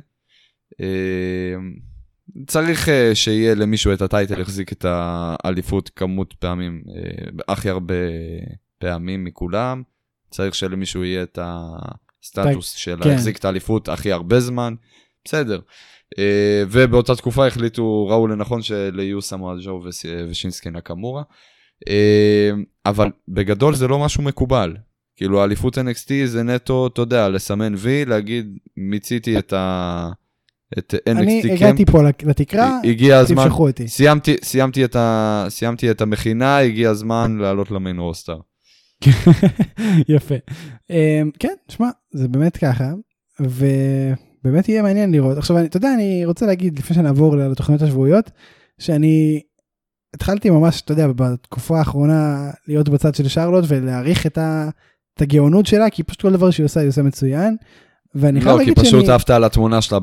צריך שיהיה למישהו את הטייטל, החזיק את האליפות כמות פעמים, הכי הרבה פעמים מכולם. צריך שלמישהו יהיה את הסטטוס של להחזיק את האליפות הכי הרבה זמן. בסדר. ובאותה תקופה ראו לנכון שליהיו סמואה ג'ו ושינסקי נקמורה. אבל בגדול זה לא משהו מקובל. כאילו האליפות NXT זה נטו, אתה יודע, לסמן וי, להגיד, מיציתי את NXT אני הגעתי פה לתקרה, תמשכו אותי. סיימתי את המכינה, הגיע הזמן לעלות למיין רוסטר. יפה. כן, שמע, זה באמת ככה, ובאמת יהיה מעניין לראות. עכשיו, אתה יודע, אני רוצה להגיד, לפני שנעבור לתוכניות השבועיות, שאני התחלתי ממש, אתה יודע, בתקופה האחרונה להיות בצד של שרלוט ולהעריך את הגאונות שלה, כי פשוט כל דבר שהיא עושה מצוין, ואני חייב לא, כי להגיד פשוט אהבת על התמונה שלה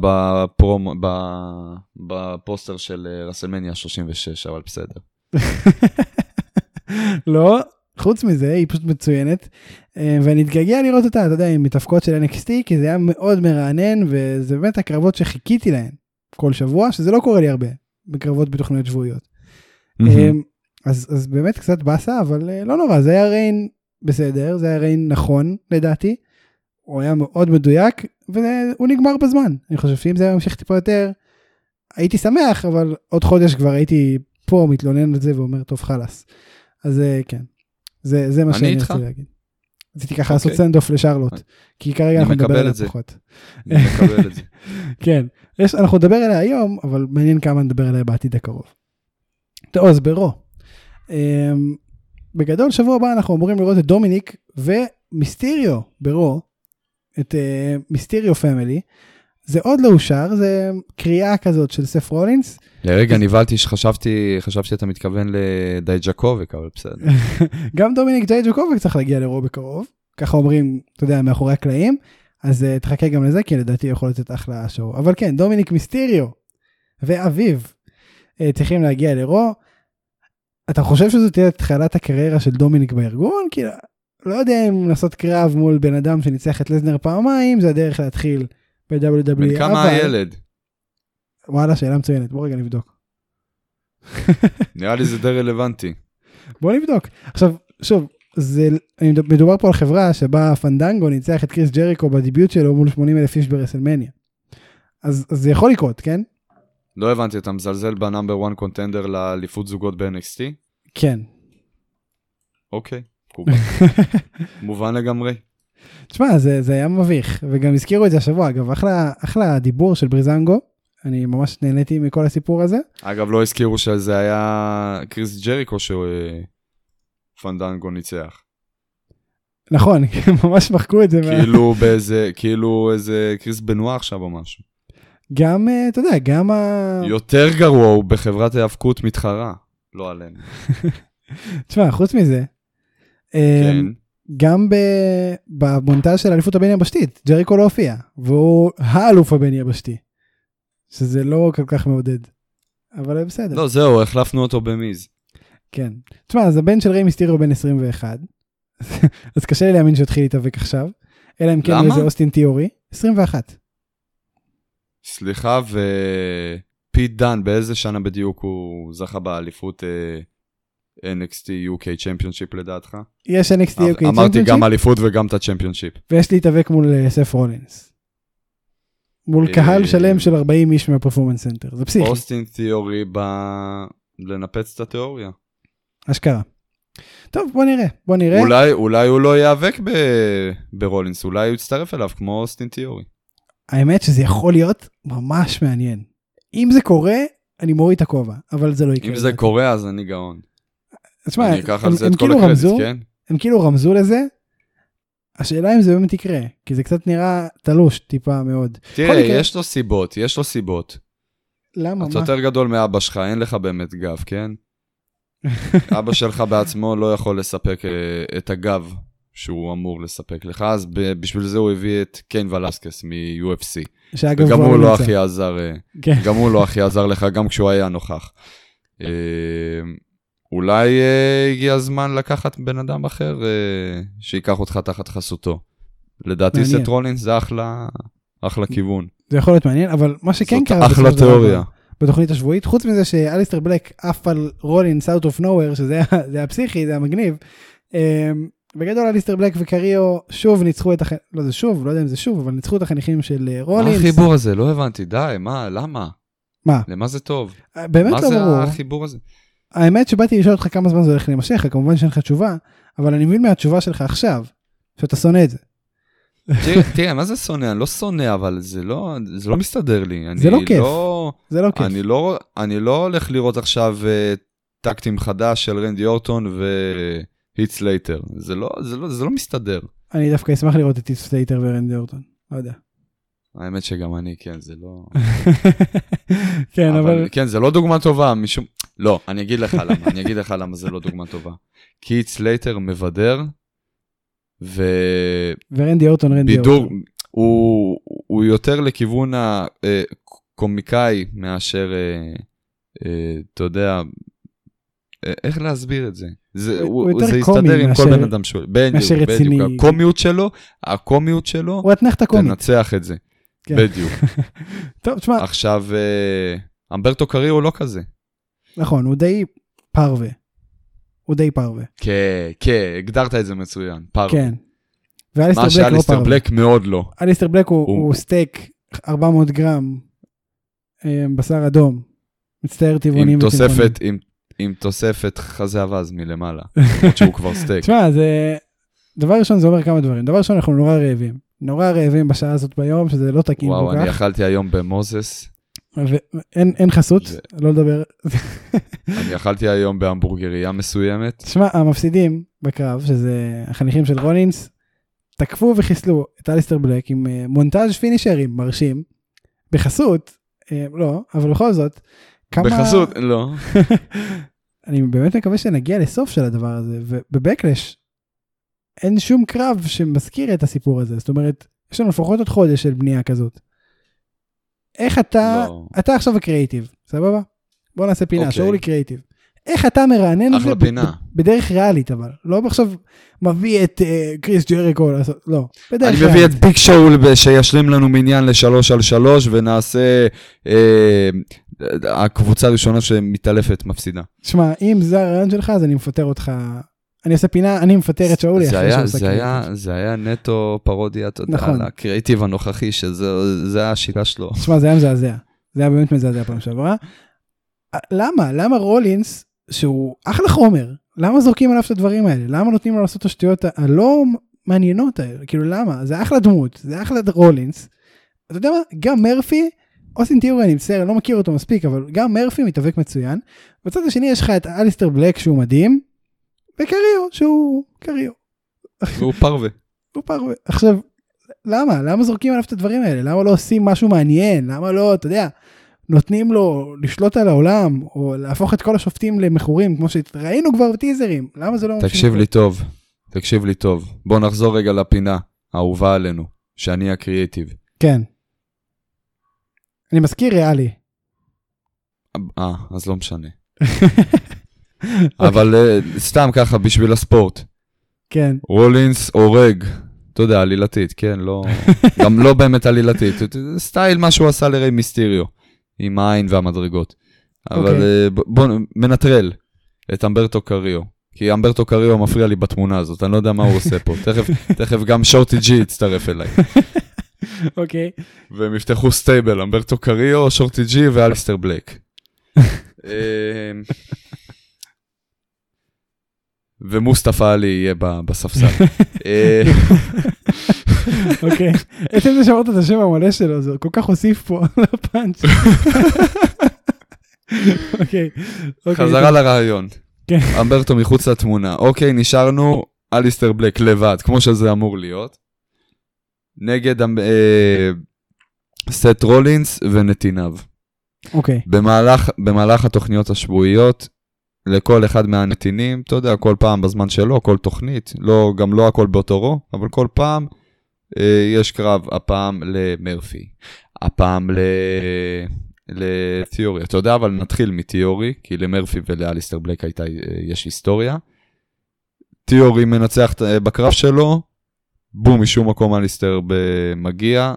בפוסטר של רסלמניה 36, אבל בסדר. לא, חוץ מזה, היא פשוט מצוינת, ואני התגעגע לראות אותה, אתה יודע, עם מתאבקות של NXT, כי זה היה מאוד מרענן, וזה באמת הקרבות שחיכיתי להן כל שבוע, שזה לא קורה לי הרבה, בקרבות בתוכניות שבועיות. אז באמת קצת בסה, אבל לא נורא, זה היה ריין בסדר, זה היה ריין נכון, לדעתי, הוא היה מאוד מדויק, והוא נגמר בזמן. אני חושב שאם זה היה ממשיך טיפה יותר, הייתי שמח, אבל עוד חודש כבר הייתי פה מתלונן על זה, ואומר, טוב, חלס. אז כן, זה מה שאני רוצה להגיד. רציתי ככה לעשות סנדוף לשרלוט, כי כרגע אנחנו נדבר עליה פחות. אני מקבל את זה. כן, אנחנו נדבר עליה היום, אבל מעניין כמה נדבר עליה בעתיד הקרוב. טוב, אז ברו. בגדול, שבוע הבא אנחנו אמורים לראות את דומיניק ומיסטריו ברו, את מיסטריו פמילי. זה עוד לא אושר, זה קריאה כזאת של סף רולינס. לרגע נבלתי שחשבתי שאתה מתכוון לדייג'קוביק, אבל בסדר. גם דומיניק דייג'קוביק צריך להגיע לרו בקרוב, ככה אומרים, אתה יודע, מאחורי הקלעים, אז תחכה גם לזה, כי לדעתי יכול לתת אחלה שואו. אבל כן, דומיניק מיסטריו ואביב צריכים להגיע לרו. אתה חושב שזו תהיה התחלת הקריירה של דומיניק בארגון? כי לא יודע אם לעשות קרב מול בן אדם שניצח את לזנר פעמיים, זה הדרך להתחיל ב-WWE. בן כמה הילד? וואלה, שאלה מצוינת, בוא רגע נבדוק. נראה לי זה די רלוונטי. בוא נבדוק. עכשיו, שוב, מדובר פה על חברה שבה פנדנגו ניצח את קריס ג'ריקו בדיביוט שלו מול 80,000 איש ברסלמניה. אז זה יכול לקרות, כן? לא הבנתי, אתה מזלזל בנאמבר 1 קונטנדר לאליפות זוגות ב-NXT? כן. אוקיי, מובן לגמרי. תשמע, זה היה מביך, וגם הזכירו את זה השבוע, אגב, אחלה דיבור של בריזנגו, אני ממש נהניתי מכל הסיפור הזה. אגב, לא הזכירו שזה היה קריס ג'ריקו שפנדנגו ניצח. נכון, ממש מחקו את זה. כאילו איזה קריס בנועה עכשיו או משהו. גם, אתה יודע, גם יותר גרוע הוא בחברת ההאבקות מתחרה, לא עלינו. תשמע, חוץ מזה, כן. גם במונטאז' של האליפות הבין יבשתית, ג'ריקו לא הופיע, והוא האלוף הבין יבשתי, שזה לא כל כך מעודד, אבל בסדר. לא, זהו, החלפנו אותו במיז. כן. תשמע, אז הבן של ריי מיסטריו בן 21, אז קשה לי להאמין שהתחיל להתאבק עכשיו, אלא אם כן הוא איזה אוסטין תיאורי, 21. סליחה, ופיט דן, באיזה שנה בדיוק הוא זכה באליפות NXT UK Championship לדעתך? יש NXT UK Championship. אמרתי גם אליפות וגם את ה-Championship. ויש להתאבק מול סף רולינס. מול קהל שלם של 40 איש מהפרפורמנס סנטר. זה פסיכי. אוסטין תיאורי בא לנפץ את התיאוריה. אשכרה. טוב, בוא נראה. אולי הוא לא יאבק ברולינס, אולי הוא יצטרף אליו כמו אוסטין תיאורי. האמת שזה יכול להיות ממש מעניין. אם זה קורה, אני מוריד את הכובע, אבל זה לא יקרה. אם זה קורה, אז אני גאון. תשמע, אני אקח על זה את כל הקרדיט, כן? הם כאילו רמזו לזה, השאלה אם זה באמת יקרה, כי זה קצת נראה תלוש טיפה מאוד. תראה, יש לו סיבות. למה? אתה יותר גדול מאבא שלך, אין לך באמת גב, כן? אבא שלך בעצמו לא יכול לספק את הגב שהוא אמור לספק לך, אז בשביל זה הוא הביא את קיין ולסקס מ-UFC. וגם הוא לא הכי עזר, גם הוא לא הכי עזר לך, גם כשהוא היה נוכח. אולי הגיע הזמן לקחת בן אדם אחר שיקח אותך תחת חסותו. לדעתי סט רולינס זה אחלה כיוון. זה יכול להיות מעניין, אבל מה שכן קרה... זאת אחלה תיאוריה. בתוכנית השבועית, חוץ מזה שאליסטר בלק עף על רולינס out of nowhere, שזה היה פסיכי, זה היה מגניב. בגדול אליסטר בלק וקריו שוב ניצחו את לא זה שוב, לא יודע אם זה שוב, אבל ניצחו את החניכים של רולינס. מה החיבור הזה? לא הבנתי, די, מה, למה? מה? למה זה טוב? באמת לא ברור. מה זה החיבור הזה? האמת שבאתי לשאול אותך כמה זמן זה הולך להימשך, כמובן שאין לך תשובה, אבל אני מבין מהתשובה שלך עכשיו, שאתה שונא את זה. תראה, מה זה שונא? אני לא שונא, אבל זה לא מסתדר לי. זה לא כיף. זה לא כיף. אני לא הולך לראות עכשיו טקטים חדש של רנדי אורטון והיט סלייטר. זה לא מסתדר. אני דווקא אשמח לראות את היט סלייטר ורנדי אורטון. לא יודע. האמת שגם אני, כן, זה לא... כן, אבל... כן, זה לא דוגמה טובה, משום... לא, אני אגיד לך למה זה לא דוגמה טובה. כי היט סלייטר מבדר, ורנדי אורטון. הוא יותר לכיוון הקומיקאי מאשר, אתה יודע, איך להסביר את זה? זה יסתדר עם כל בן אדם שואל. בדיוק, הקומיות שלו, הוא אתנחתא קומית. תנצח את זה. בדיוק. טוב, תשמע. עכשיו, אמברטו קריו הוא לא כזה. נכון, הוא די פרווה. כן, הגדרת את זה מצוין, פרווה. כן. מה שאליסטר בלק מאוד לא. אליסטר בלק הוא סטייק 400 גרם בשר אדום. מצטער טבעונים וצמחונים. עם תוספת חזה אבז מלמעלה, עוד שהוא כבר סטייק. תשמע, דבר ראשון זה אומר כמה דברים. דבר ראשון, אנחנו נורא רעבים בשעה הזאת ביום, שזה לא תקין כל כך. וואו, אני אכלתי היום במוזס. אין חסות, לא לדבר. אני אכלתי היום בהמבורגריה מסוימת. תשמע, המפסידים בקרב, שזה החניכים של רולינס, תקפו וחיסלו את אליסטר בלק עם מונטאז' פינישרים מרשים, בחסות, לא, אבל בכל זאת, בחסות, לא. אני באמת מקווה שנגיע לסוף של הדבר הזה, ובבקלש אין שום קרב שמזכיר את הסיפור הזה, זאת אומרת, יש לנו לפחות עוד חודש של בנייה כזאת. איך אתה, אתה עכשיו הקריאיטיב, סבבה? בוא נעשה פינה, שואו לי קריאיטיב. איך אתה מרענן את זה בדרך ריאלית, אבל לא עכשיו מביא את קריס ג'ריקו, לא, בדרך ריאלית. אני מביא את ביג שואו שישלים לנו מניין ל3-3 ונעשה הקבוצה הראשונה שמתעלפת מפסידה. שמע, אם זה הרעיון שלך, אז אני מפטר אותך, אני עושה פינה, אני מפטר את שאולי. זה היה נטו פרודיה, אתה יודע, על הקריאיטיב הנוכחי, שזה השיטה שלו. שמע, זה היה מזעזע. זה היה באמת מזעזע פעם שעברה. למה רולינס, שהוא אחלה חומר, למה זורקים עליו את הדברים האלה? למה נותנים לו לעשות את השטויות הלא מעניינות האלה? כאילו למה? זה אחלה דמות, זה אחלה רולינס. אתה יודע מה? גם מרפי, אוסטין תיאורי, אני מצטער, אני לא מכיר אותו מספיק, אבל גם מרפי מתאבק מצוין. בצד השני יש לך את אליסטר בלק שהוא מדהים, וקריו שהוא קריו. הוא פרווה. הוא פרווה. עכשיו, למה? למה זורקים עליו את הדברים האלה? למה לא עושים משהו מעניין? למה לא, אתה יודע, נותנים לו לשלוט על העולם, או להפוך את כל השופטים למכורים, כמו שראינו כבר בטיזרים. למה זה לא... תקשיב לי טוב. בוא נחזור רגע לפינה, האהובה עלינו, שאני הקריאטיב. כן. אני מזכיר ריאלי. אז לא משנה. אבל סתם ככה, בשביל הספורט. כן. רולינס הורג, אתה יודע, עלילתית, כן? גם לא באמת עלילתית. סטייל מה שהוא עשה לרי מיסטריו. עם העין והמדרגות. אבל בוא ננטרל את אמברטו קריו. כי אמברטו קריו מפריע לי בתמונה הזאת. אני לא יודע מה הוא עושה פה. תכף גם שורטי ג'י יצטרף אליי. אוקיי. והם יפתחו סטייבל. אמברטו קריו, שורטי ג'י ואליסטר בלק. ומוסטפא עלי יהיה בספסל. אוקיי. עצם זה שמעת את השם המלא שלו, זה כל כך הוסיף פה לפאנץ'. אוקיי. חזרה לרעיון. אמברטו מחוץ לתמונה. אוקיי, נשארנו אליסטר בלק לבד, כמו שזה אמור להיות. נגד סט רולינס ונתיניו. אוקיי. במהלך התוכניות השבועיות, לכל אחד מהנתינים, אתה יודע, כל פעם בזמן שלו, כל תוכנית, גם לא הכל באותו רו, אבל כל פעם יש קרב, הפעם למרפי, הפעם לתיאורי. אתה יודע, אבל נתחיל מתיאורי, כי למרפי ולאליסטר בלק יש היסטוריה. תיאורי מנצח בקרב שלו, בום, משום מקום אליסטר מגיע,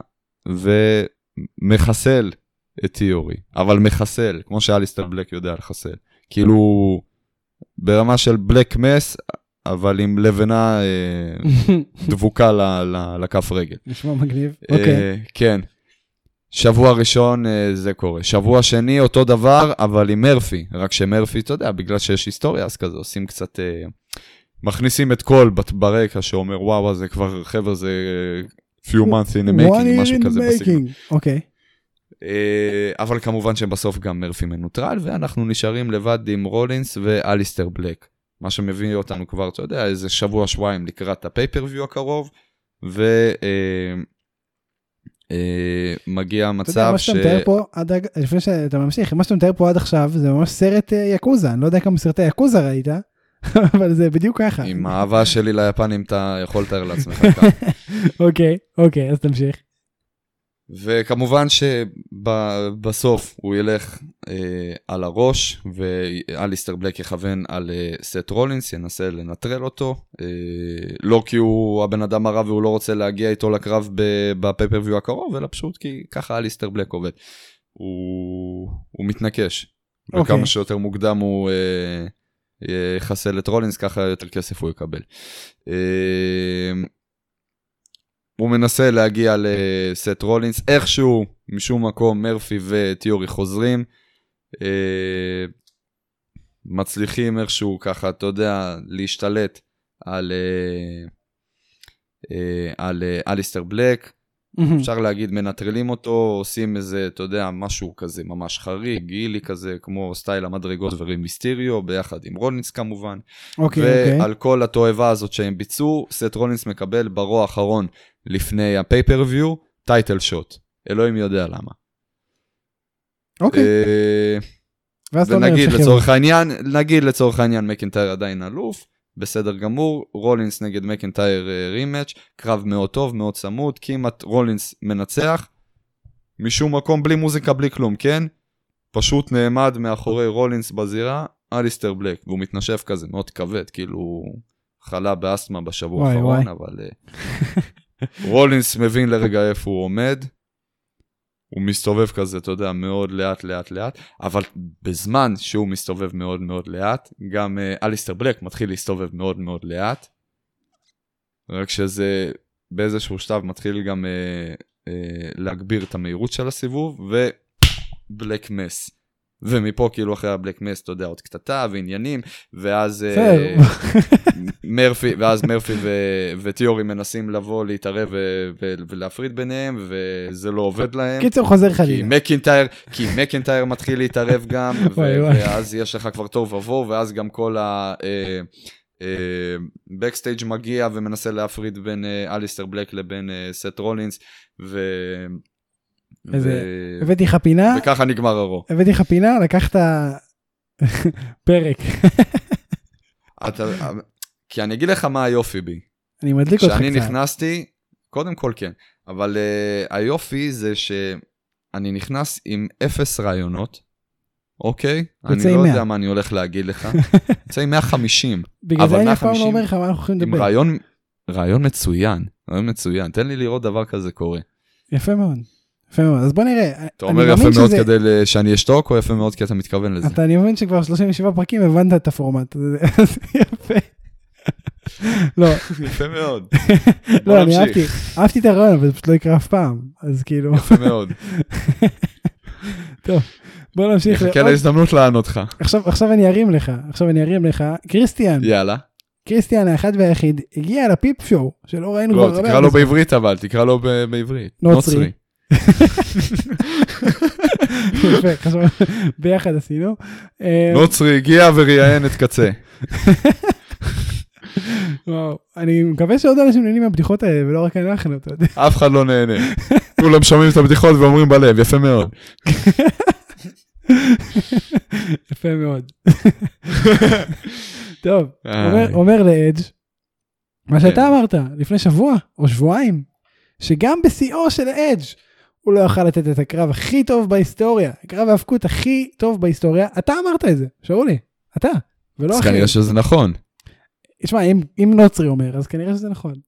ומחסל את תיאורי. אבל מחסל, כמו שאליסטר בלק יודע לחסל. כאילו, ברמה של בלק מס, אבל עם לבנה דבוקה לכף רגל. נשמע מגניב. אוקיי. כן. שבוע ראשון זה קורה. שבוע שני אותו דבר, אבל עם מרפי. רק שמרפי, אתה יודע, בגלל שיש היסטוריה, אז כזה עושים קצת... מכניסים את כל ברקע שאומר, וואו, זה כבר חבר'ה, זה few months in the making, משהו כזה בסגנון. אוקיי. אבל כמובן שבסוף גם מרפי מנוטרל, ואנחנו נשארים לבד עם רולינס ואליסטר בלק. מה שמביא אותנו כבר, אתה יודע, איזה שבוע-שבועיים לקראת הפייפריוויו הקרוב, ומגיע מצב אתה יודע, מה שאתה מתאר פה, לפני שאתה ממשיך, מה שאתה מתאר פה עד עכשיו, זה ממש סרט יקוזה, אני לא יודע כמה סרטי יקוזה ראית, אבל זה בדיוק ככה. עם האהבה שלי ליפנים, אתה יכול לתאר לעצמך. אוקיי, אז תמשיך. וכמובן שבסוף הוא ילך על הראש, ואליסטר בלק יכוון על סט רולינס, ינסה לנטרל אותו, לא כי הוא הבן אדם הרע והוא לא רוצה להגיע איתו לקרב בפייפריוויו הקרוב, אלא פשוט כי ככה אליסטר בלק עובד. הוא מתנקש, וכמה שיותר מוקדם הוא יחסל את רולינס, ככה יותר כסף הוא יקבל. הוא מנסה להגיע לסט רולינס, איכשהו משום מקום מרפי וטיורי חוזרים, מצליחים איכשהו ככה, אתה יודע, להשתלט על אליסטר בלק, אפשר להגיד מנטרלים אותו, עושים איזה, אתה יודע, משהו כזה ממש חריג, גילי כזה, כמו סטייל המדרגות ורימיסטריו, ביחד עם רולינס כמובן, ועל כל התועבה הזאת שהם ביצעו, סט רולינס מקבל ברוע האחרון, לפני הפייפריוויו, טייטל שוט. אלוהים יודע למה. אוקיי. ונגיד לצורך העניין, מקינטייר עדיין אלוף, בסדר גמור, רולינס נגד מקינטייר רימאץ', קרב מאוד טוב, מאוד צמוד, כמעט רולינס מנצח, משום מקום בלי מוזיקה, בלי כלום, כן? פשוט נעמד מאחורי רולינס בזירה, אליסטר בלק, והוא מתנשף כזה, מאוד כבד, כאילו חלה באסמה בשבוע האחרון, אבל רולינס מבין לרגע איפה הוא עומד, הוא מסתובב כזה, אתה יודע, מאוד לאט, אבל בזמן שהוא מסתובב מאוד מאוד לאט, גם אליסטר בלק מתחיל להסתובב מאוד מאוד לאט, רק שזה באיזשהו שלב מתחיל גם להגביר את המהירות של הסיבוב, ובלק מס. ומפה כאילו אחרי הבלק מס, אתה יודע, עוד קטטה ועניינים, ואז מרפי וטיורי מנסים לבוא, להתערב ולהפריד ביניהם, וזה לא עובד להם. קיצור חוזר חלילה. כי מקינטייר מתחיל להתערב גם, ואז יש לך כבר תור ובוא, ואז גם כל בקסטייג' מגיע ומנסה להפריד בין אליסטר בלק לבין סט רולינס, הבאתי לך פינה. וככה נגמר הרו. הבאתי לך פינה, לקחת פרק. כי אני אגיד לך מה היופי בי. אני מדליק אותך קצת. כשאני נכנסתי, קודם כל כן, אבל היופי זה שאני נכנס עם 0 רעיונות, אוקיי? אני לא יודע מה אני הולך להגיד לך. יוצא עם 150. בגלל זה אני אף פעם לא אומר לך מה אנחנו יכולים לדבר. רעיון מצוין. תן לי לראות דבר כזה קורה. יפה מאוד. אז בוא נראה. אתה אומר יפה מאוד כדי שאני אשתוק, או יפה מאוד כי אתה מתכוון לזה? אני מבין שכבר 37 פרקים הבנת את הפורמט. יפה. לא. יפה מאוד. לא, אני אהבתי את הרעיון, אבל זה פשוט לא יקרה אף פעם. אז כאילו. יפה מאוד. טוב, בוא נמשיך. נחכה להזדמנות לענות לך. עכשיו אני ארים לך. קריסטיאן. יאללה. קריסטיאן האחד והיחיד הגיע לפיפ שואו, שלא ראינו כבר הרבה. לא, תקרא לו בעברית אבל, תקרא לו בעברית. נוצרי. יפה, חשוב, ביחד עשינו. נוצרי הגיע וראיין את קצה. וואו, אני מקווה שעוד אנשים נהנים מהבדיחות האלה, ולא רק אנחנו, אתה יודע. אף אחד לא נהנה. כולם שומעים את הבדיחות ואומרים בלב, יפה מאוד. יפה מאוד. טוב, אומר לאדג' מה שאתה אמרת לפני שבוע או שבועיים, שגם בשיאו של אדג' הוא לא יוכל לתת את הקרב הכי טוב בהיסטוריה, הקרב ההפקות הכי טוב בהיסטוריה, אתה אמרת את זה, שאולי, אתה, ולא אחר. אז כנראה שזה נכון. תשמע, אם נוצרי אומר, אז כנראה שזה נכון.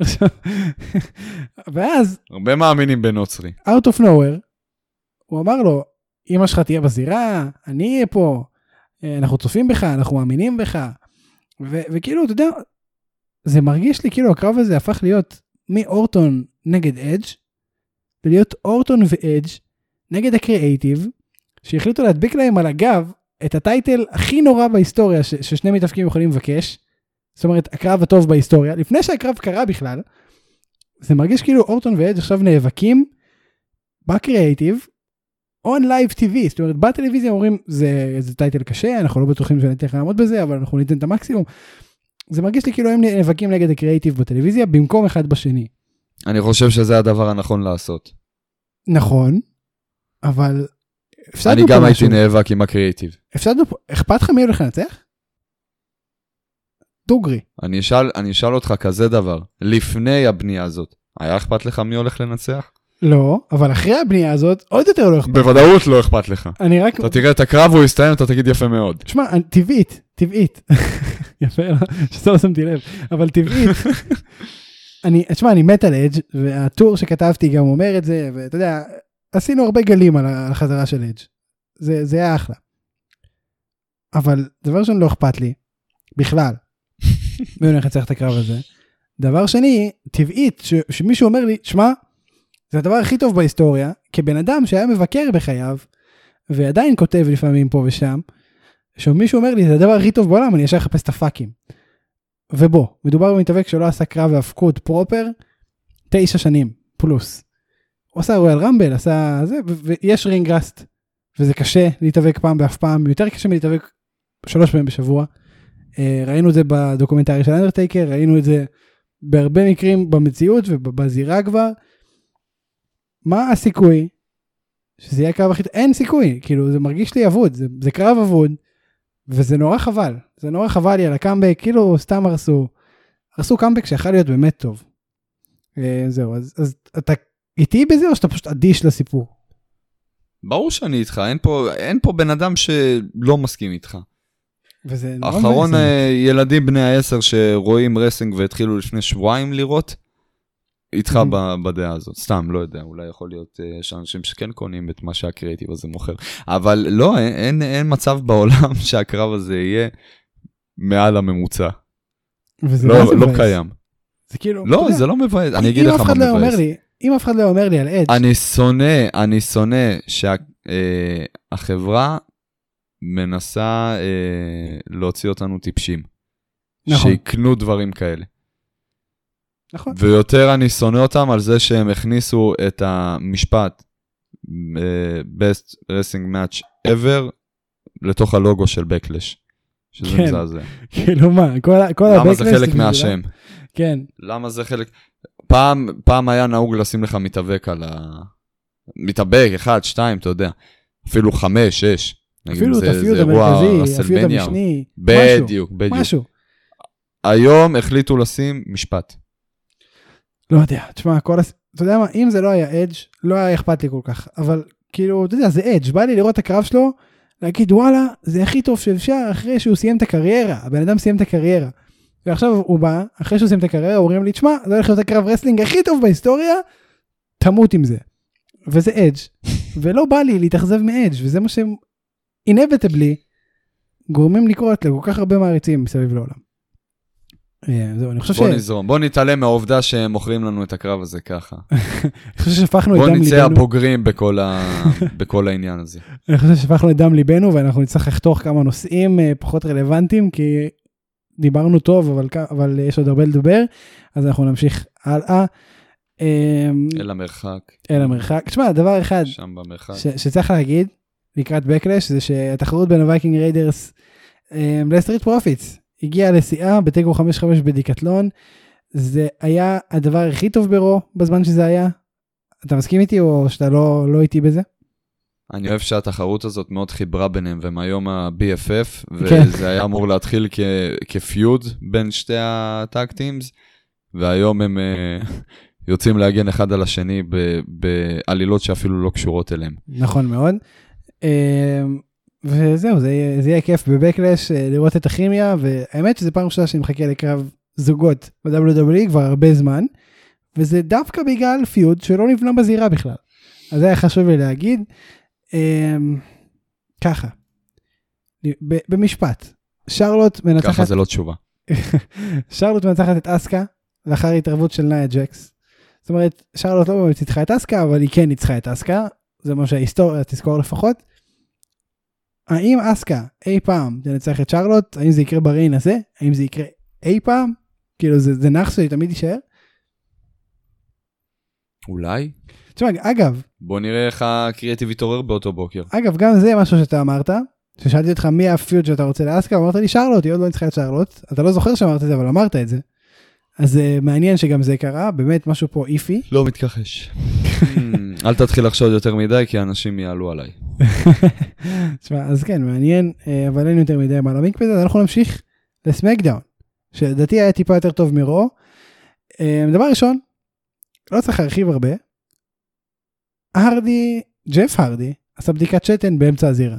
ואז... הרבה מאמינים בנוצרי. Out of nowhere, הוא אמר לו, אמא שלך תהיה בזירה, אני אהיה פה, אנחנו צופים בך, אנחנו מאמינים בך, וכאילו, אתה יודע, זה מרגיש לי כאילו הקרב הזה הפך להיות מאורטון נגד אדג' ולהיות אורטון ואדג' נגד הקריאייטיב, שהחליטו להדביק להם על הגב את הטייטל הכי נורא בהיסטוריה ששני מתאבקים יכולים לבקש, זאת אומרת, הקרב הטוב בהיסטוריה, לפני שהקרב קרה בכלל, זה מרגיש כאילו אורטון ואדג' עכשיו נאבקים בקריאייטיב, on live TV, זאת אומרת, בטלוויזיה אומרים, זה טייטל קשה, אנחנו לא בטוחים שנתן לך לעמוד בזה, אבל אנחנו ניתן את המקסימום. זה מרגיש לי כאילו הם נאבקים נגד הקריאייטיב בטלוויזיה, במקום אחד בשני. אני חושב שזה הדבר הנכון לעשות. נכון, אבל... אני גם הייתי נאבק עם הקריאייטיב. אכפת לך מי הולך לנצח? דוגרי. אני אשאל אותך כזה דבר, לפני הבנייה הזאת, היה אכפת לך מי הולך לנצח? לא, אבל אחרי הבנייה הזאת, עוד יותר לא אכפת. בוודאות לא אכפת לך. אני רק... אתה תראה את הקרב, הוא יסתיים, אתה תגיד יפה מאוד. תשמע, טבעית. יפה, שזה לא שמתי לב, אבל טבעית. תשמע, אני מת על אדג' והטור שכתבתי גם אומר את זה, ואתה יודע, עשינו הרבה גלים על החזרה של אדג'. זה היה אחלה. אבל דבר ראשון לא אכפת לי, בכלל. מי הולך לצריך את הקרב הזה? דבר שני, טבעית, שמישהו אומר לי, שמע, זה הדבר הכי טוב בהיסטוריה, כבן אדם שהיה מבקר בחייו, ועדיין כותב לפעמים פה ושם, שמישהו אומר לי, זה הדבר הכי טוב בעולם, אני ישר אחפש את הפאקים. ובוא, מדובר במתאבק שלא עשה קרב והפקוד פרופר, 9 שנים, פלוס. הוא עשה רויאל רמבל, עשה זה, ויש רינג ראסט, וזה קשה להתאבק פעם באף פעם, יותר קשה מלהתאבק 3 פעמים בשבוע. ראינו את זה בדוקומנטרי של אנדרטייקר, ראינו את זה בהרבה מקרים במציאות ובזירה כבר. מה הסיכוי שזה יהיה קרב הכי טוב? אין סיכוי, כאילו זה מרגיש לי אבוד, זה קרב אבוד, וזה נורא חבל, זה נורא חבל לי על הקאמבק, כאילו סתם הרסו קאמבק שיכול להיות באמת טוב. זהו, אז אתה איתי בזה או שאתה פשוט אדיש לסיפור? ברור שאני איתך, אין פה בן אדם שלא מסכים איתך. אחרון ילדים בני 10 שרואים רסינג והתחילו לפני שבועיים לראות, איתך בדעה הזאת, סתם, לא יודע, אולי יכול להיות שאנשים שכן קונים את מה שהקריאטיב הזה מוכר, אבל לא, אין מצב בעולם שהקרב הזה יהיה מעל הממוצע. לא קיים. זה כאילו... לא, זה לא מבאס, אני אגיד לך מה מבאס. אם אף אחד לא אומר לי על אדג' אני שונא שהחברה מנסה להוציא אותנו טיפשים. נכון. שיקנו דברים כאלה. נכון. ויותר אני שונא אותם על זה שהם הכניסו את המשפט best wrestling match ever לתוך הלוגו של בקלש. שזה מזעזע. כאילו מה? למה זה חלק מהשם? כן. למה זה חלק... פעם היה נהוג לשים לך מתאבק על מתאבק, 1, 2, אתה יודע. אפילו 5, 6. אפילו את הפיוד המרכזי, הפיוד המשני. בדיוק. משהו. היום החליטו לשים משפט. לא יודע, תשמע, אתה יודע מה, אם זה לא היה אדג' לא היה אכפת לי כל כך, אבל כאילו, אתה יודע, זה אדג', בא לי לראות את הקרב שלו, להגיד, וואלה, זה הכי טוב שאפשר אחרי שהוא סיים את הקריירה, הבן אדם סיים את הקריירה, ועכשיו הוא בא, אחרי שהוא סיים את הקריירה, אומרים לי, תשמע, זה הולך להיות הקרב רסלינג הכי טוב בהיסטוריה, תמות עם זה, וזה אדג', ולא בא לי להתאכזב מאדג', וזה מה שהם, inevitably, גורמים לקרות לכל כך הרבה מעריצים מסביב לעולם. בוא נתעלם מהעובדה שהם מוכרים לנו את הקרב הזה ככה. בוא נצא הבוגרים בכל העניין הזה. אני חושב שפכנו את דם ליבנו, ואנחנו נצטרך לחתוך כמה נושאים פחות רלוונטיים, כי דיברנו טוב, אבל יש עוד הרבה לדבר, אז אנחנו נמשיך הלאה. אל המרחק. תשמע, דבר אחד שצריך להגיד, לקראת בקלש, זה שהתחרות בין הווייקינג ריידרס לסטריט פרופיטס, הגיע לשיאה בטגו 5-5 בדיקטלון, זה היה הדבר הכי טוב ברו בזמן שזה היה. אתה מסכים איתי או שאתה לא איתי בזה? אני אוהב שהתחרות הזאת מאוד חיברה ביניהם, והם היום ה-BFF, וזה היה אמור להתחיל כפיוד בין שתי הטאג טימס, והיום הם יוצאים להגן אחד על השני בעלילות שאפילו לא קשורות אליהם. נכון מאוד. וזהו, זה יהיה כיף בבקלש לראות את הכימיה, והאמת שזה פעם ראשונה שאני מחכה לקרב זוגות ב-WWE כבר הרבה זמן, וזה דווקא בגלל פיוד שלא נבנה בזירה בכלל. אז זה היה חשוב לי להגיד. ככה, במשפט, שרלוט מנצחת... ככה זה לא תשובה. שרלוט מנצחת את אסקה, לאחר התערבות של נאיה ג'קס. זאת אומרת, שרלוט לא באמת ניצחה את אסקה, אבל היא כן ניצחה את אסקה, זה מה שההיסטוריה תזכור לפחות. האם אסקה אי פעם תנצח את שרלוט? האם זה יקרה בריין הזה? האם זה יקרה אי פעם? כאילו זה נחס שלי תמיד יישאר? אולי. תשמע, אגב. בוא נראה איך הקריאטיב יתעורר באותו בוקר. אגב, גם זה משהו שאתה אמרת, ששאלתי אותך מי הפיוד שאתה רוצה לאסקה, ואמרת לי שרלוט, היא עוד לא ניצחה את שרלוט. אתה לא זוכר שאמרת את זה, אבל אמרת את זה. אז מעניין שגם זה קרה, באמת משהו פה איפי. לא מתכחש. אל תתחיל לחשוד יותר מדי, כי האנשים יעלו עליי. תשמע, אז כן, מעניין, אבל אין יותר מדי מה להעמיק בזה, אז אנחנו נמשיך לסמקדאון, שלדעתי היה טיפה יותר טוב מרו. דבר ראשון, לא צריך להרחיב הרבה, ג'ף הרדי, עשה בדיקת שתן באמצע הזירה.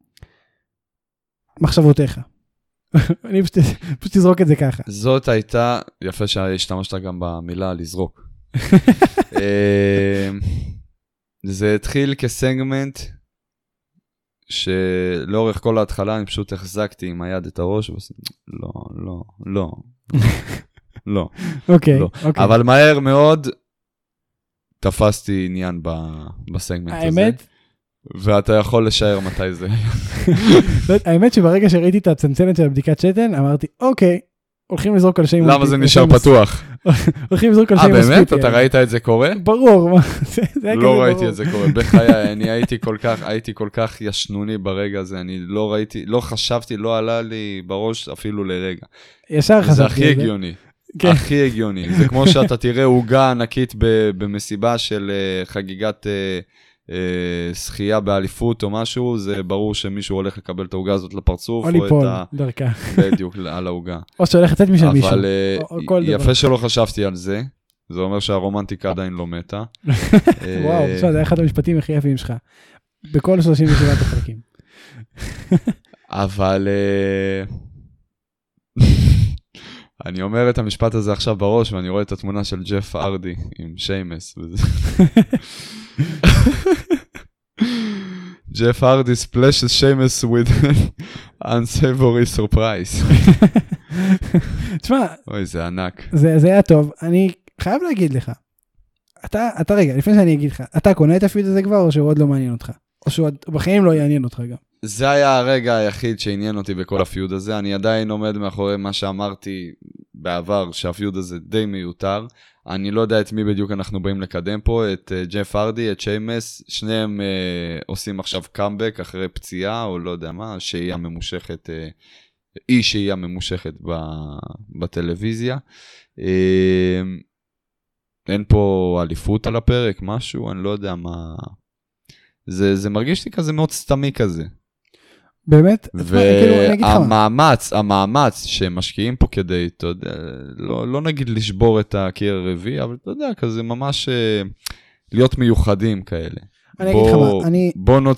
מחשבותיך. אני פשוט תזרוק את זה ככה. זאת הייתה, יפה שהשתמשת גם במילה לזרוק. זה התחיל כסגמנט, שלאורך כל ההתחלה אני פשוט החזקתי עם היד את הראש, לא. אוקיי. אבל מהר מאוד תפסתי עניין בסגמנט הזה. האמת? ואתה יכול לשער מתי זה. האמת שברגע שראיתי את הצנצנת של הבדיקת שתן, אמרתי, אוקיי, הולכים לזרוק על שיימוס. למה זה נשאר פתוח? הולכים לזרוק על שיימוס. באמת? אתה ראית את זה קורה? ברור. לא ראיתי את זה קורה. בחיי, אני הייתי כל כך ישנוני ברגע הזה. אני לא ראיתי, לא חשבתי, לא עלה לי בראש אפילו לרגע. ישר חשבתי. זה הכי הגיוני. הכי הגיוני. זה כמו שאתה תראה עוגה ענקית במסיבה של חגיגת שחייה באליפות או משהו, זה ברור שמישהו הולך לקבל את העוגה הזאת לפרצוף, או ליפול, דרכה. בדיוק, על העוגה. או שהולך לצאת משם מישהו. אבל יפה שלא חשבתי על זה, זה אומר שהרומנטיקה עדיין לא מתה. וואו, זה היה אחד המשפטים הכי יפים שלך, בכל 37 הפרקים. אבל אני אומר את המשפט הזה עכשיו בראש, ואני רואה את התמונה של ג'ף הרדי עם שיימס. ג'ף הרדי splashes שיימס with an unsavory surprise. תשמע, אוי, זה ענק. זה היה טוב. אני חייב להגיד לך, אתה רגע, לפני שאני אגיד לך, אתה קונה את הפיוד הזה כבר, או שהוא עוד לא מעניין אותך? או שהוא בחיים לא יעניין אותך גם? זה היה הרגע היחיד שעניין אותי בכל הפיוד הזה. אני עדיין עומד מאחורי מה שאמרתי בעבר, שהפיוד הזה די מיותר. אני לא יודע את מי בדיוק אנחנו באים לקדם פה, את ג'ף הרדי, את שיימס, שניהם עושים עכשיו קאמבק אחרי פציעה, או לא יודע מה, שהייה ממושכת, שהייה ממושכת בטלוויזיה. אין פה אליפות על הפרק, משהו, אני לא יודע מה. זה מרגיש לי כזה מאוד סתמי כזה. באמת? והמאמץ שמשקיעים פה כדי, אתה יודע, לא נגיד לשבור את הקיר הרביעי, אבל אתה יודע, כזה ממש להיות מיוחדים כאלה. אני אגיד לך מה,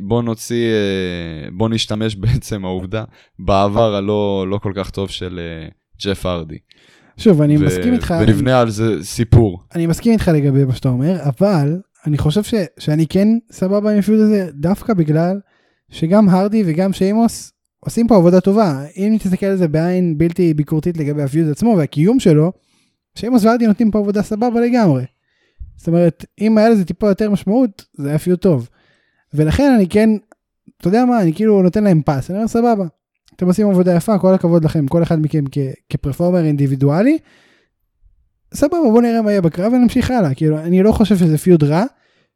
בוא נשתמש בעצם העובדה בעבר הלא כל כך טוב של ג'ף הרדי. שוב, אני מסכים איתך. ונבנה על זה סיפור. אני מסכים איתך לגבי מה שאתה אומר, אבל אני חושב שאני כן סבבה עם הפיוד הזה, דווקא בגלל שגם הרדי וגם שיימוס עושים פה עבודה טובה. אם תסתכל על זה בעין בלתי ביקורתית לגבי הפיוד עצמו והקיום שלו, שיימוס והרדי נותנים פה עבודה סבבה לגמרי. זאת אומרת, אם היה לזה טיפה יותר משמעות, זה היה פיוד טוב. ולכן אני כן, אתה יודע מה, אני כאילו נותן להם פס, אני אומר סבבה. אתם עושים עבודה יפה, כל הכבוד לכם, כל אחד מכם כפרפורמר אינדיבידואלי. סבבה, בוא נראה מה יהיה בקרב ונמשיך הלאה. כאילו, אני לא חושב שזה פיוד רע,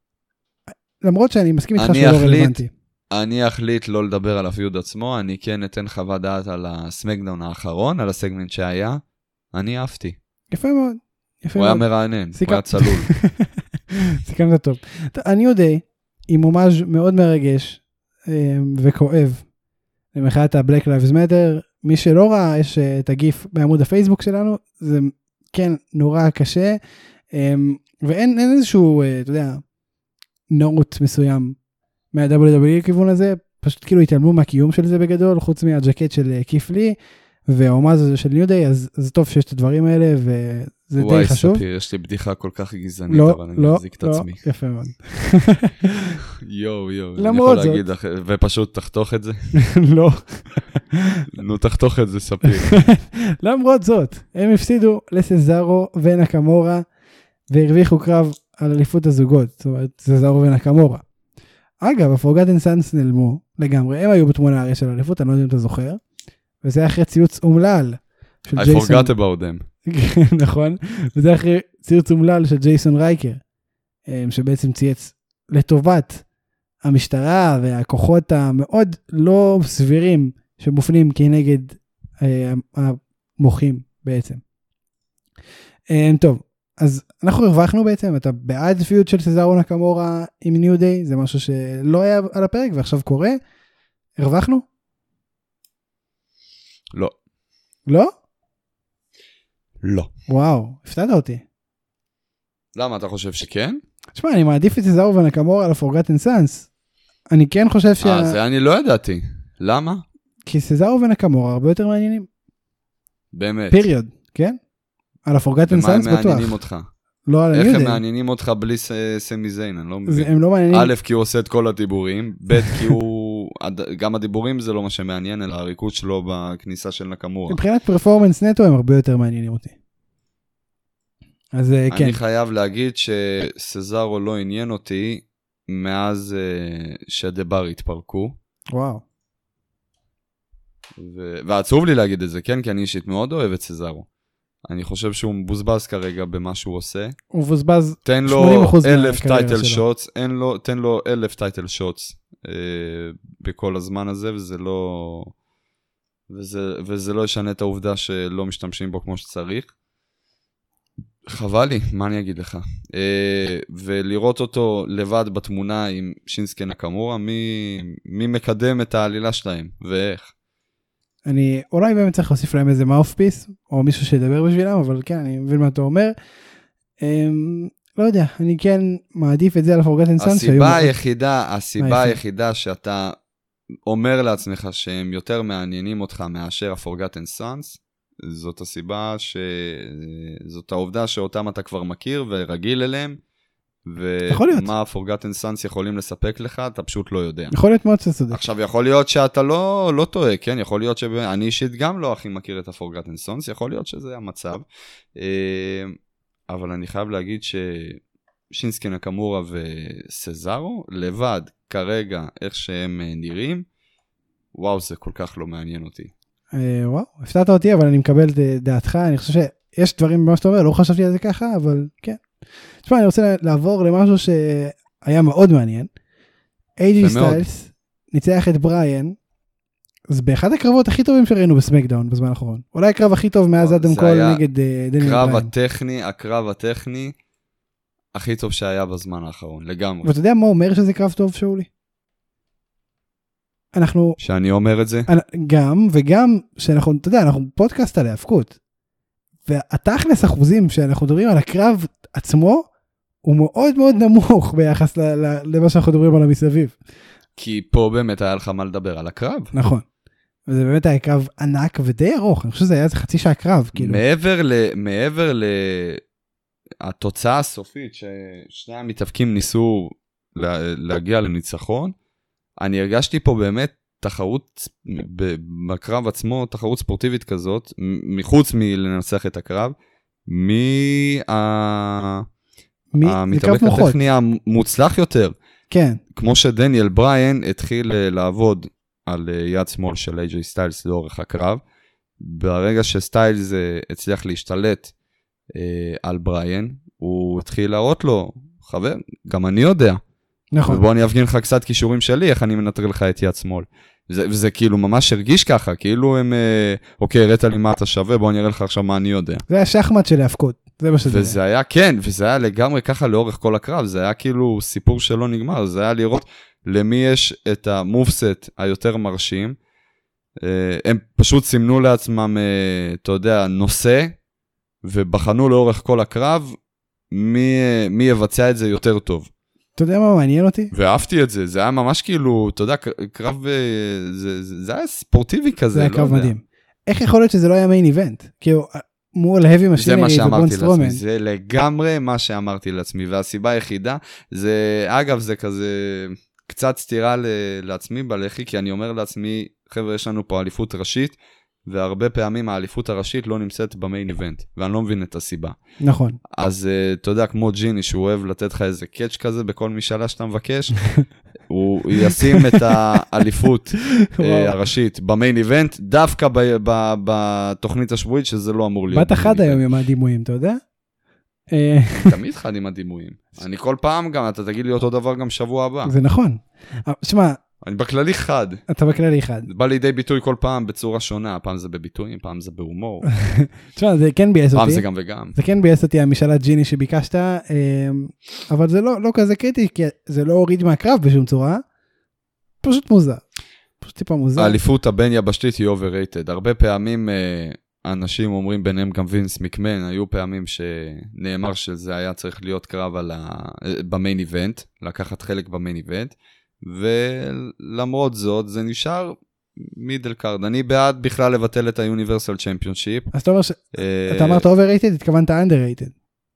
למרות שאני מסכים איתך שהוא לא רלוונטי. אני אחליט לא לדבר על הפיוד עצמו, אני כן אתן חוות דעת על הסמקדאון האחרון, על הסגמנט שהיה, אני אהבתי. יפה מאוד. הוא היה מרענן, הוא היה צלול. סיכמת טוב. אני יודע, עם מומאז' מאוד מרגש וכואב, למחאת ה-Black Lives Matter, מי שלא ראה, יש את הגיף בעמוד הפייסבוק שלנו, זה כן נורא קשה, ואין איזשהו, אתה יודע, נוט מסוים מה-WWE לכיוון הזה, פשוט כאילו התעלמו מהקיום של זה בגדול, חוץ מהג'קט של כיף לי, והאומז הזה של ניו דיי, אז טוב שיש את הדברים האלה, וזה די חשוב. וואי, ספיר, יש לי בדיחה כל כך גזענית, אבל אני מחזיק את עצמי. לא, יפה מאוד. יואו, אני יכול להגיד, ופשוט תחתוך את זה? לא. נו, תחתוך את זה, ספיר. למרות זאת, הם הפסידו לסזארו ונקמורה, והרוויחו קרב על אליפות הזוגות, זאת אומרת, סזארו ונקמורה. אגב, הפורגטן סאנס נעלמו לגמרי, הם היו בתמונה הרי של האליפות, אני לא יודע אם אתה זוכר, וזה אחרי ציוץ אומלל של ג'ייסון. I forgot about them. נכון, וזה אחרי ציוץ אומלל של ג'ייסון רייקר, שבעצם צייץ לטובת המשטרה והכוחות המאוד לא סבירים שמופנים כנגד המוחים בעצם. טוב, אז אנחנו הרווחנו בעצם, אתה בעד פיוד של סזארו נקמורה עם ניו דיי, זה משהו שלא היה על הפרק ועכשיו קורה, הרווחנו? לא. לא? לא. וואו, הפתעת אותי. למה אתה חושב שכן? תשמע, אני מעדיף את סזארו ונקמורה על הפורגטן סאנס. אני כן חושב זה אני לא ידעתי. למה? כי סזארו ונקמורה הרבה יותר מעניינים. באמת. פיריוד, כן? על הפורגטן סאנס בטוח. ומה הם מעניינים אותך? לא על איך הם מעניינים אותך בלי סמי זיין? אני לא מבין. הם לא מעניינים. א', כי הוא עושה את כל הדיבורים, ב', כי הוא... גם הדיבורים זה לא מה שמעניין, אלא הריקוד שלו בכניסה של נקמורה. מבחינת פרפורמנס נטו הם הרבה יותר מעניינים אותי. אז כן. אני חייב להגיד שסזארו לא עניין אותי מאז שהדבר התפרקו. וואו. ועצוב לי להגיד את זה, כן? כי אני אישית מאוד אוהב את סזארו. אני חושב שהוא מבוזבז כרגע במה שהוא עושה. הוא מבוזבז 80% תן לו 1,000 טייטל שוטס, תן לו 1,000 טייטל שוטס בכל הזמן הזה, וזה לא ישנה את העובדה שלא משתמשים בו כמו שצריך. חבל לי, מה אני אגיד לך? ולראות אותו לבד בתמונה עם שינסקי נקמורה, מי מקדם את העלילה שלהם, ואיך? אני אולי באמת צריך להוסיף להם איזה מאופפיס, או מישהו שידבר בשבילם, אבל כן, אני מבין מה אתה אומר. לא יודע, אני כן מעדיף את זה על הפורגטן סאנס. הסיבה היחידה שאתה אומר לעצמך שהם יותר מעניינים אותך מאשר הפורגטן סאנס, זאת הסיבה זאת העובדה שאותם אתה כבר מכיר ורגיל אליהם, ומה הפורגטן סאנס יכולים לספק לך, אתה פשוט לא יודע. יכול להיות מאוד שצודק. עכשיו, יכול להיות שאתה לא טועה, כן? יכול להיות שאני אישית גם לא הכי מכיר את הפורגטן סאנס, יכול להיות שזה המצב. אבל אני חייב להגיד ששינסקי נקמורה וסזארו, לבד, כרגע, איך שהם נראים, וואו, זה כל כך לא מעניין אותי. וואו, הפתעת אותי, אבל אני מקבל את דעתך, אני חושב שיש דברים במה שאתה אומר, לא חשבתי על זה ככה, אבל כן. תשמע, אני רוצה לעבור למשהו שהיה מאוד מעניין. AJ סטיילס ניצח את בריאן, אז באחד הקרבות הכי טובים שראינו בסמקדאון בזמן האחרון. אולי הקרב הכי טוב מאז אדם קול נגד דניאל בריאן. הקרב הטכני הכי טוב שהיה בזמן האחרון, לגמרי. ואתה יודע מה אומר שזה קרב טוב, שאולי? שאני אומר את זה? גם, וגם שאנחנו, אתה יודע, אנחנו פודקאסט על ההאבקות. והתכלס אחוזים שאנחנו מדברים על הקרב עצמו, הוא מאוד מאוד נמוך ביחס למה שאנחנו מדברים על המסביב. כי פה באמת היה לך מה לדבר על הקרב. נכון. וזה באמת היה קרב ענק ודי ארוך. אני חושב שזה היה איזה חצי שעה קרב. מעבר לתוצאה הסופית, ששני המתאבקים ניסו להגיע לניצחון, אני הרגשתי פה באמת תחרות בקרב עצמו, תחרות ספורטיבית כזאת, מחוץ מלנצח את הקרב, המתאבק הטכני המוצלח יותר. כן. כמו שדניאל בריאן התחיל לעבוד על יד שמאל של AJ סטיילס לאורך הקרב, ברגע שסטיילס הצליח להשתלט על בריאן, הוא התחיל להראות לו, חבר, גם אני יודע. נכון. ובוא אני אפגין לך קצת כישורים שלי, איך אני מנטרל לך את יד שמאל. וזה כאילו ממש הרגיש ככה, כאילו הם, אוקיי, הראת לי מה אתה שווה, בוא אני אראה לך עכשיו מה אני יודע. זה היה שחמט של ההפקות, זה מה שזה. וזה היה, כן, וזה היה לגמרי ככה לאורך כל הקרב, זה היה כאילו סיפור שלא נגמר, זה היה לראות למי יש את המובסט היותר מרשים, הם פשוט סימנו לעצמם, אתה יודע, נושא, ובחנו לאורך כל הקרב, מי יבצע את זה יותר טוב. אתה יודע מה מעניין אותי? ואהבתי את זה, זה היה ממש כאילו, אתה יודע, קרב, זה היה ספורטיבי כזה. זה היה קרב מדהים. איך יכול להיות שזה לא היה מיין איבנט? כאילו, מול ההבי משינרי ובון סטרומן. זה לגמרי מה שאמרתי לעצמי, והסיבה היחידה, זה, אגב, זה כזה, קצת סתירה לעצמי בלחי, כי אני אומר לעצמי, חבר'ה, יש לנו פה אליפות ראשית, והרבה פעמים האליפות הראשית לא נמצאת במיין איבנט, ואני לא מבין את הסיבה. נכון. אז אתה יודע, כמו ג'יני, שהוא אוהב לתת לך איזה קאץ' כזה בכל משאלה שאתה מבקש, הוא ישים את האליפות הראשית במיין איבנט, דווקא בתוכנית השבועית, שזה לא אמור להיות. בת אחד היום עם הדימויים, אתה יודע? תמיד חד עם הדימויים. אני כל פעם גם, אתה תגיד לי אותו דבר גם שבוע הבא. זה נכון. שמע, אני בכללי חד. אתה בכללי חד. זה בא לידי ביטוי כל פעם בצורה שונה, פעם זה בביטויים, פעם זה בהומור. תשמע, זה כן בייס אותי. פעם זה גם וגם. זה כן בייס אותי המשאלת ג'יני שביקשת, אבל זה לא כזה קריטי, כי זה לא הוריד מהקרב בשום צורה, פשוט מוזר. פשוט טיפה מוזר. האליפות הבין יבשתית היא overrated. הרבה פעמים אנשים אומרים ביניהם גם וינס מקמן, היו פעמים שנאמר שזה היה צריך להיות קרב במיין איבנט, לקחת חלק במיין איבנט, ולמרות זאת זה נשאר מידל קארד. אני בעד בכלל לבטל את היוניברסל צ'מפיונשיפ. אז אתה אומר אתה אמרת overrated, התכוונת underrated.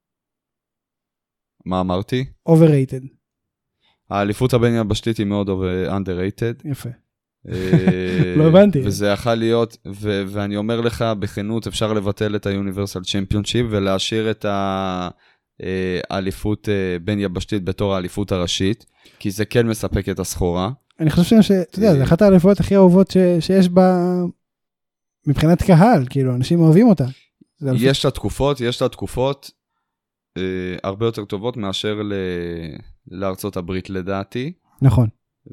מה אמרתי? overrated. האליפות הבין יבשתית היא מאוד underrated. יפה. לא הבנתי. וזה יכול להיות, ואני אומר לך בכנות, אפשר לבטל את היוניברסל צ'מפיונשיפ ולהשאיר את האליפות בין יבשתית בתור האליפות הראשית, כי זה כן מספק את הסחורה. אני חושב שאתה יודע, זה אחת האליפויות הכי אהובות שיש בה מבחינת קהל, כאילו, אנשים אוהבים אותה. יש לה תקופות הרבה יותר טובות מאשר לארצות הברית לדעתי. נכון.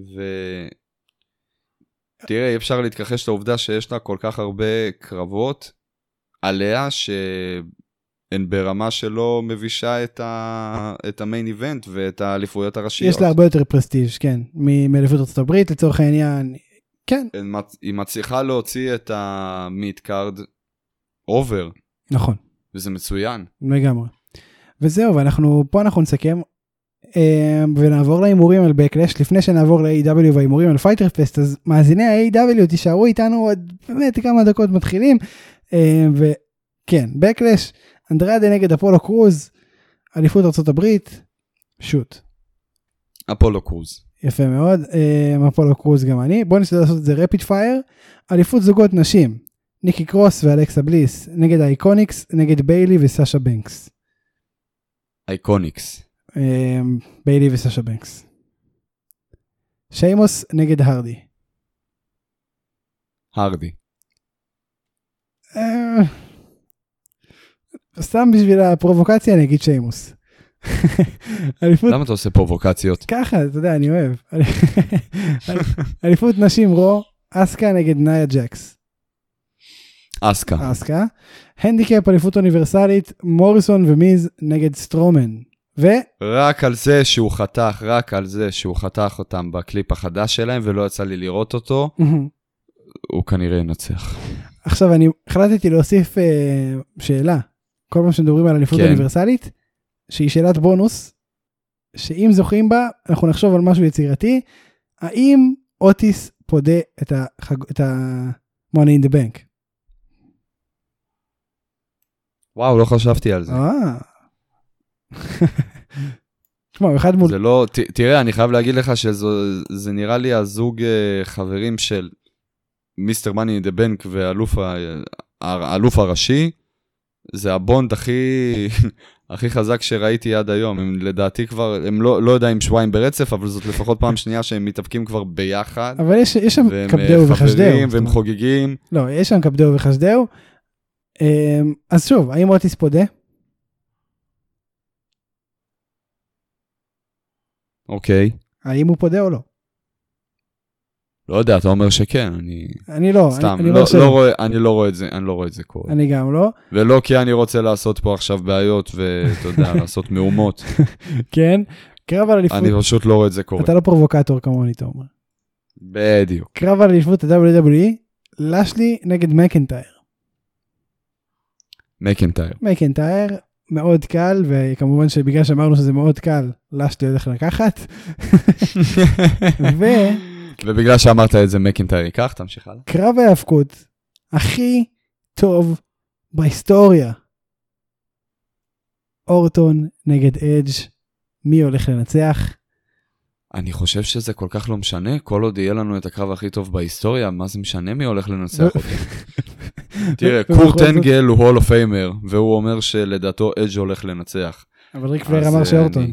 תראה, אפשר להתכחש לעובדה שיש לה כל כך הרבה קרבות עליה, שהן ברמה שלא מבישה את המיין איבנט ואת האליפויות הראשיות. יש לה הרבה יותר פרסטיג', כן, מאליפות ארצות הברית לצורך העניין, כן. היא מצליחה להוציא את המיד קארד אובר. נכון. וזה מצוין. לגמרי. וזהו, פה אנחנו נסכם, ונעבור לאימורים על בקלש. לפני שנעבור ל-AEW והאימורים על פייטר פסט, אז מאזיני ה-AEW תישארו איתנו עוד באמת כמה דקות מתחילים, וכן, בקלש, אנדרדה נגד אפולו קרוז, אליפות ארצות הברית, שוט. אפולו קרוז. יפה מאוד, אפולו קרוז גם אני. בואו נשתדל לעשות את זה רפיד פייר. אליפות זוגות נשים, ניקי קרוס ואלכסה בליס, נגד האיקוניקס, נגד ביילי וסאשה בנקס. אייקוניקס. ביילי וסאשה בנקס. שיימוס נגד הרדי. הרדי. סתם בשביל הפרובוקציה אני אגיד שיימוס. למה אתה עושה פרובוקציות? ככה, אתה יודע, אני אוהב. אליפות נשים רו, אסקה נגד נאיה ג'קס. אסקה. הנדיקאפ אליפות אוניברסלית, מוריסון ומיז נגד סטרומן. רק על זה שהוא חתך אותם בקליפ החדש שלהם, ולא יצא לי לראות אותו, הוא כנראה ינצח. עכשיו, אני החלטתי להוסיף שאלה, כל פעם שמדברים על אליפות אוניברסלית, שהיא שאלת בונוס, שאם זוכים בה, אנחנו נחשוב על משהו יצירתי, האם אוטיס פודה את ה-Money in the Bank? וואו, לא חשבתי על זה. תשמע, אחד מול... זה לא, תראה, אני חייב להגיד לך שזה נראה לי הזוג חברים של מיסטר מאני אין דה בנק והאלוף הראשי, זה הבונד הכי חזק שראיתי עד היום. הם לדעתי כבר, הם לא יודעים שבועיים ברצף, אבל זאת לפחות פעם שנייה שהם מתאפקים כבר ביחד. אבל יש שם קפדאו וחשדאו. והם חוגגים. לא, יש שם קפדאו וחשדאו. אז שוב, האם אוטיס פודה? אוקיי. האם הוא פודה או לא? לא יודע, אתה אומר שכן, אני לא, סתם, אני לא רואה את זה קורה. אני גם לא. ולא כי אני רוצה לעשות פה עכשיו בעיות, ואתה יודע, לעשות מהומות. כן, קרב על אליפות. אני פשוט לא רואה את זה קורה. אתה לא פרובוקטור כמוני, אתה אומר. בדיוק. קרב על אליפות ה-WWE, לשלי נגד מקנטייר. מקנטייר, מאוד קל, וכמובן שבגלל שאמרנו שזה מאוד קל, לשלי הולך לקחת. ובגלל שאמרת את זה, מקנטייר ייקח, תמשיך הלאה. קרב ההאבקות הכי טוב בהיסטוריה. אורטון נגד אדג', מי הולך לנצח? אני חושב שזה כל כך לא משנה, כל עוד יהיה לנו את הקרב הכי טוב בהיסטוריה, מה זה משנה מי הולך לנצח אותו? תראה, קורט אנגל הוא הול אוף פיימר, והוא אומר שלדעתו אדג' הולך לנצח. אבל ריק פלר אמר שאורטון.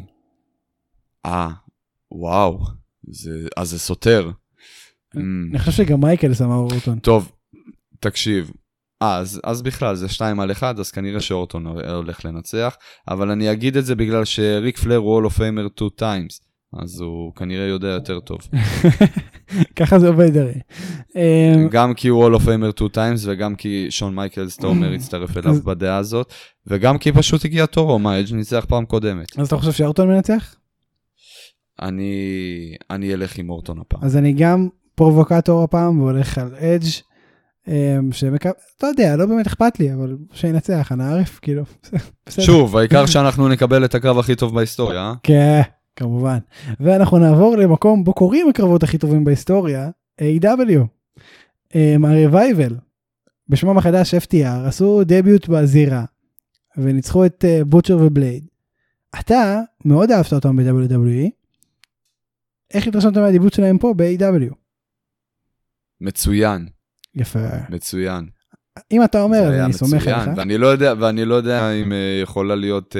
וואו, אז זה סותר. אני חושב שגם מייקלס אמר אורטון. טוב, תקשיב. אז בכלל זה 2-1, אז כנראה שאורטון הולך לנצח, אבל אני אגיד את זה בגלל שריק פלר הוא הול אוף פיימר 2 times, אז הוא כנראה יודע יותר טוב. ככה זה עובד הרי. גם כי הוא הול אוף פיימר 2 times, וגם כי שון מייקלס, אתה אומר, הצטרף אליו בדעה הזאת, וגם כי פשוט הגיע תורו, מה, אדג' ניצח פעם קודמת. אז אתה חושב שאורטון מנצח? אני אלך עם אורטון הפעם. אז אני גם פרובוקטור הפעם, והולך על אדג'. אתה יודע, לא באמת אכפת לי, אבל שינצח, אני ערף, כאילו, בסדר. שוב, העיקר שאנחנו נקבל את הקרב הכי טוב בהיסטוריה, אה? כן, כמובן. ואנחנו נעבור למקום בו קוראים הקרבות הכי טובים בהיסטוריה, A.W. ה-Revival, בשמם החדש FTR, עשו דביוט בזירה, וניצחו את בוטשר ובלייד. אתה מאוד אהבת אותם ב-WWE, איך התרשמת מהדיבוט שלהם פה ב-A.W? מצוין. יפה. מצוין. אם אתה אומר, אני סומך עליך. ואני לא יודע אם יכולה להיות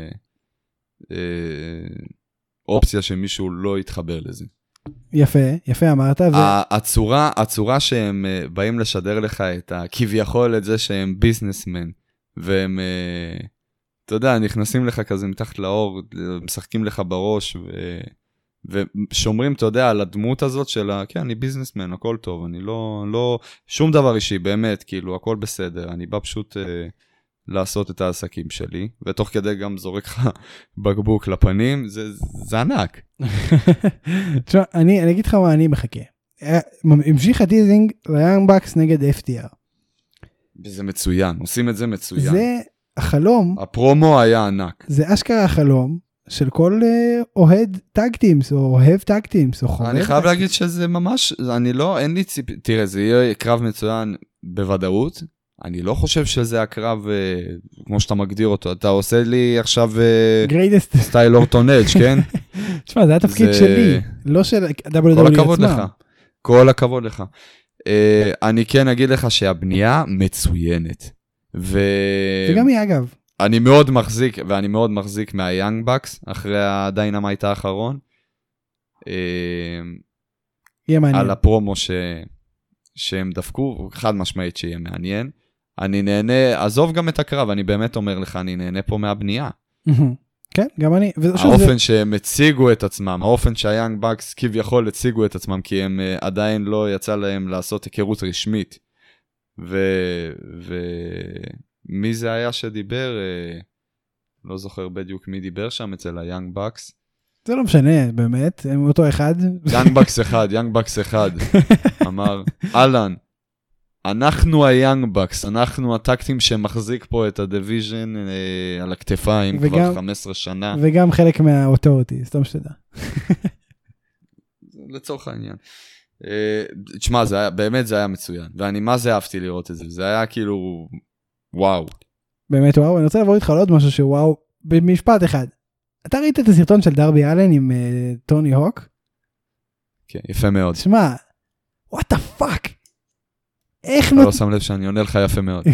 אופציה שמישהו לא יתחבר לזה. יפה אמרת. הצורה שהם באים לשדר לך את כביכול את זה שהם ביזנסמן, והם, אתה יודע, נכנסים לך כזה מתחת לאור, משחקים לך בראש, ושומרים, אתה יודע, על הדמות הזאת של, כן, אני ביזנסמן, הכל טוב, אני לא, שום דבר אישי, באמת, כאילו, הכל בסדר, אני בא פשוט לעשות את העסקים שלי, ותוך כדי גם זורק לך בקבוק לפנים, זה ענק. תשמע, אני אגיד לך מה אני מחכה. המשיך הטיזינג ליאנג בקס נגד FTR. וזה מצוין, עושים את זה מצוין. זה החלום. הפרומו היה ענק. זה אשכרה החלום של כל אוהד טאג טימס, או אוהב טאג טימס, או חובב. אני חייב להגיד שזה ממש, אין לי תראה, זה יהיה קרב מצוין בוודאות, אני לא חושב שזה הקרב, כמו שאתה מגדיר אותו, אתה עושה לי עכשיו סטייל אורטון אדג', כן? תשמע, זה התפקיד שלי, לא של WWE עצמם. כל הכבוד לך, כל הכבוד לך. אני כן אגיד לך שהבנייה מצוינת. וגם היא אגב. אני מאוד מחזיק מהיאנג בקס, אחרי הדיינמייט האחרון. יהיה מעניין. על הפרומו שהם דפקו, חד משמעית שיהיה מעניין. אני נהנה, עזוב גם את הקרב, אני באמת אומר לך, אני נהנה פה מהבנייה. כן, גם אני. האופן שהם הציגו את עצמם, האופן שהיאנג בקס כביכול הציגו את עצמם, כי הם עדיין לא יצא להם לעשות היכרות רשמית. ומי זה היה שדיבר, לא זוכר בדיוק מי דיבר שם אצל היאנג בקס. זה לא משנה, באמת, הם אותו אחד. יאנג בקס אחד, אמר, אלן, אנחנו היאנג בקס, אנחנו הטקטים שמחזיק פה את הדיוויז'ן על הכתפיים כבר 15 שנה. וגם חלק מהאוטוריטי, סתם שתדע. לצורך העניין. תשמע, באמת זה היה מצוין, ואני מה זה אהבתי לראות את זה, זה היה כאילו, וואו. באמת וואו, אני רוצה לעבור איתך על עוד משהו שוואו, במשפט אחד. אתה ראית את הסרטון של דרבי אלן עם טוני הוק? כן, יפה מאוד. תשמע, what the fuck? איך אתה לא שם לב שאני עונה לך יפה מאוד.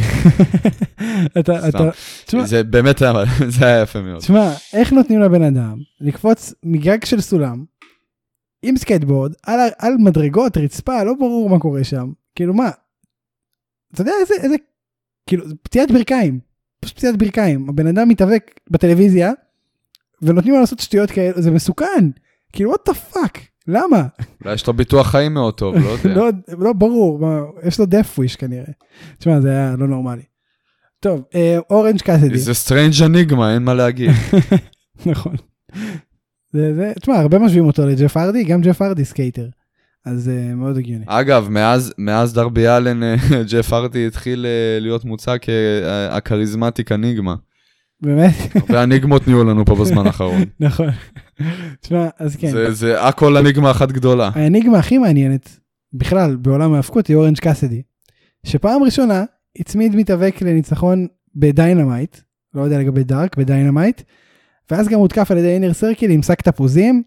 זה באמת היה יפה מאוד. תשמע, איך נותנים לבן אדם לקפוץ מגג של סולם, עם סקייטבורד, על מדרגות, רצפה, לא ברור מה קורה שם. כאילו מה? אתה יודע איזה, כאילו, פציעת ברכיים. פשוט פציעת ברכיים. הבן אדם מתאבק בטלוויזיה, ונותנים לו לעשות שטויות כאלה, זה מסוכן. כאילו, what the fuck? למה? אולי יש לו ביטוח חיים מאוד טוב, לא יודע. לא ברור, יש לו death wish כנראה. תשמע, זה היה לא נורמלי. טוב, אורנג' קאסדי. זה סטרנג' אניגמה, אין מה להגיד. נכון. תשמע, הרבה משווים אותו לג'ף ארדי, גם ג'ף ארדי סקייטר. אז מאוד הגיוני. אגב, מאז דרבי אלן, ג'ף ארדי התחיל להיות מוצג כהכריזמטיק אניגמה. באמת? הרבה אניגמות נהיו לנו פה בזמן האחרון. נכון. תשמע, אז כן. זה הכל אניגמה אחת גדולה. האניגמה הכי מעניינת, בכלל, בעולם ההפקות, היא אורנג' קאסדי. שפעם ראשונה, הצמיד מתאבק לניצחון בדיינמייט, לא יודע לגבי דארק, בדיינמייט, ואז גם הותקף על ידי אינר סרקיל עם שק תפוזים.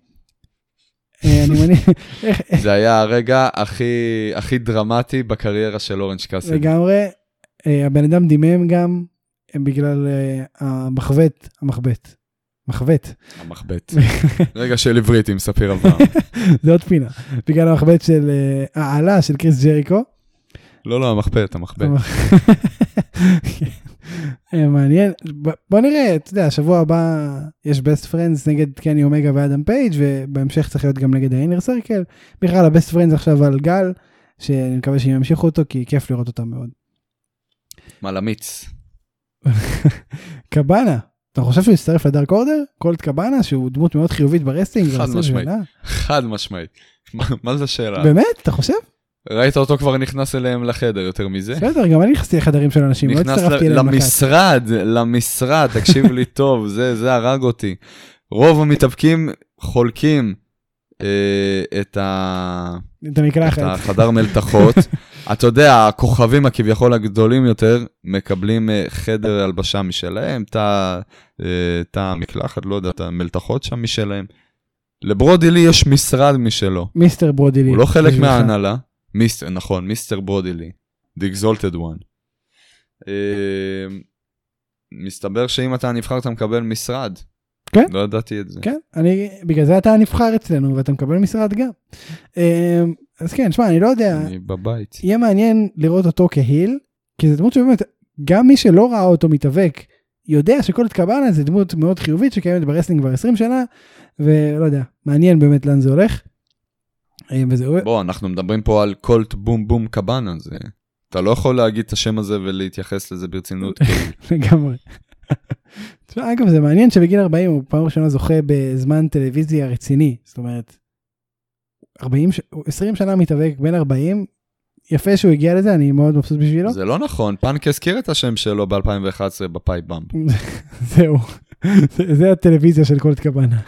זה היה הרגע הכי דרמטי בקריירה של אורנג' קאסדי. לגמרי, הבן אדם דימם גם, בגלל המחבט. רגע של עברית עם ספיר אברהם. זה עוד פינה. בגלל המחבט של העלה של קריס ג'ריקו. לא, המחבט. מעניין. בוא נראה, אתה יודע, השבוע הבא יש Best Friends נגד קני אומגה ואדם פייג' ובהמשך צריך להיות גם נגד האינר סרקל. בכלל ה-Best Friends עכשיו על גל, שאני מקווה שהם ימשיכו אותו, כי כיף לראות אותם מאוד. מלמיץ. קבאנה. אתה חושב שהוא יצטרף לדארק אורדר? קולט קבאנה, שהוא דמות מאוד חיובית ברסטינג? חד משמעית. מה זה השאלה? באמת? אתה חושב? ראית אותו כבר נכנס אליהם לחדר, יותר מזה? בסדר, גם אני נכנסתי לחדרים של אנשים, לא הצטרפתי אליהם למשרד, תקשיב לי טוב, זה הרג אותי. רוב המתאבקים חולקים את החדר מלתחות. אתה יודע, הכוכבים הכביכול הגדולים יותר, מקבלים חדר הלבשה משלהם, תא מקלחת, לא יודע, את המלתחות שם משלהם. לברודילי יש משרד משלו. מיסטר ברודילי. הוא לא חלק מההנהלה. נכון, מיסטר ברודילי. The Exalted One. מסתבר שאם אתה נבחר, אתה מקבל משרד. כן. לא ידעתי את זה. כן, בגלל זה אתה נבחר אצלנו, ואתה מקבל משרד גם. אז כן, שמע, אני לא יודע. אני בבית. יהיה מעניין לראות אותו כהיל, כי זה דמות שבאמת, גם מי שלא ראה אותו מתאבק, יודע שקולט קבאנה זה דמות מאוד חיובית, שקיימת ברסלינג כבר 20 שנה, ולא יודע, מעניין באמת לאן זה הולך. בוא, אנחנו מדברים פה על קולט בום בום קבאנה, אתה לא יכול להגיד את השם הזה ולהתייחס לזה ברצינות. לגמרי. אגב, זה מעניין שבגיל 40 הוא פעם ראשונה זוכה בזמן טלוויזיה רציני, זאת אומרת, 20 שנה מתאבק בין 40, יפה שהוא הגיע לזה, אני מאוד מבסוט בשבילו. זה לא נכון, פאנק הזכיר את השם שלו ב-2011 בפייפ באמפ. זהו, זה הטלוויזיה של קולט קבאנה.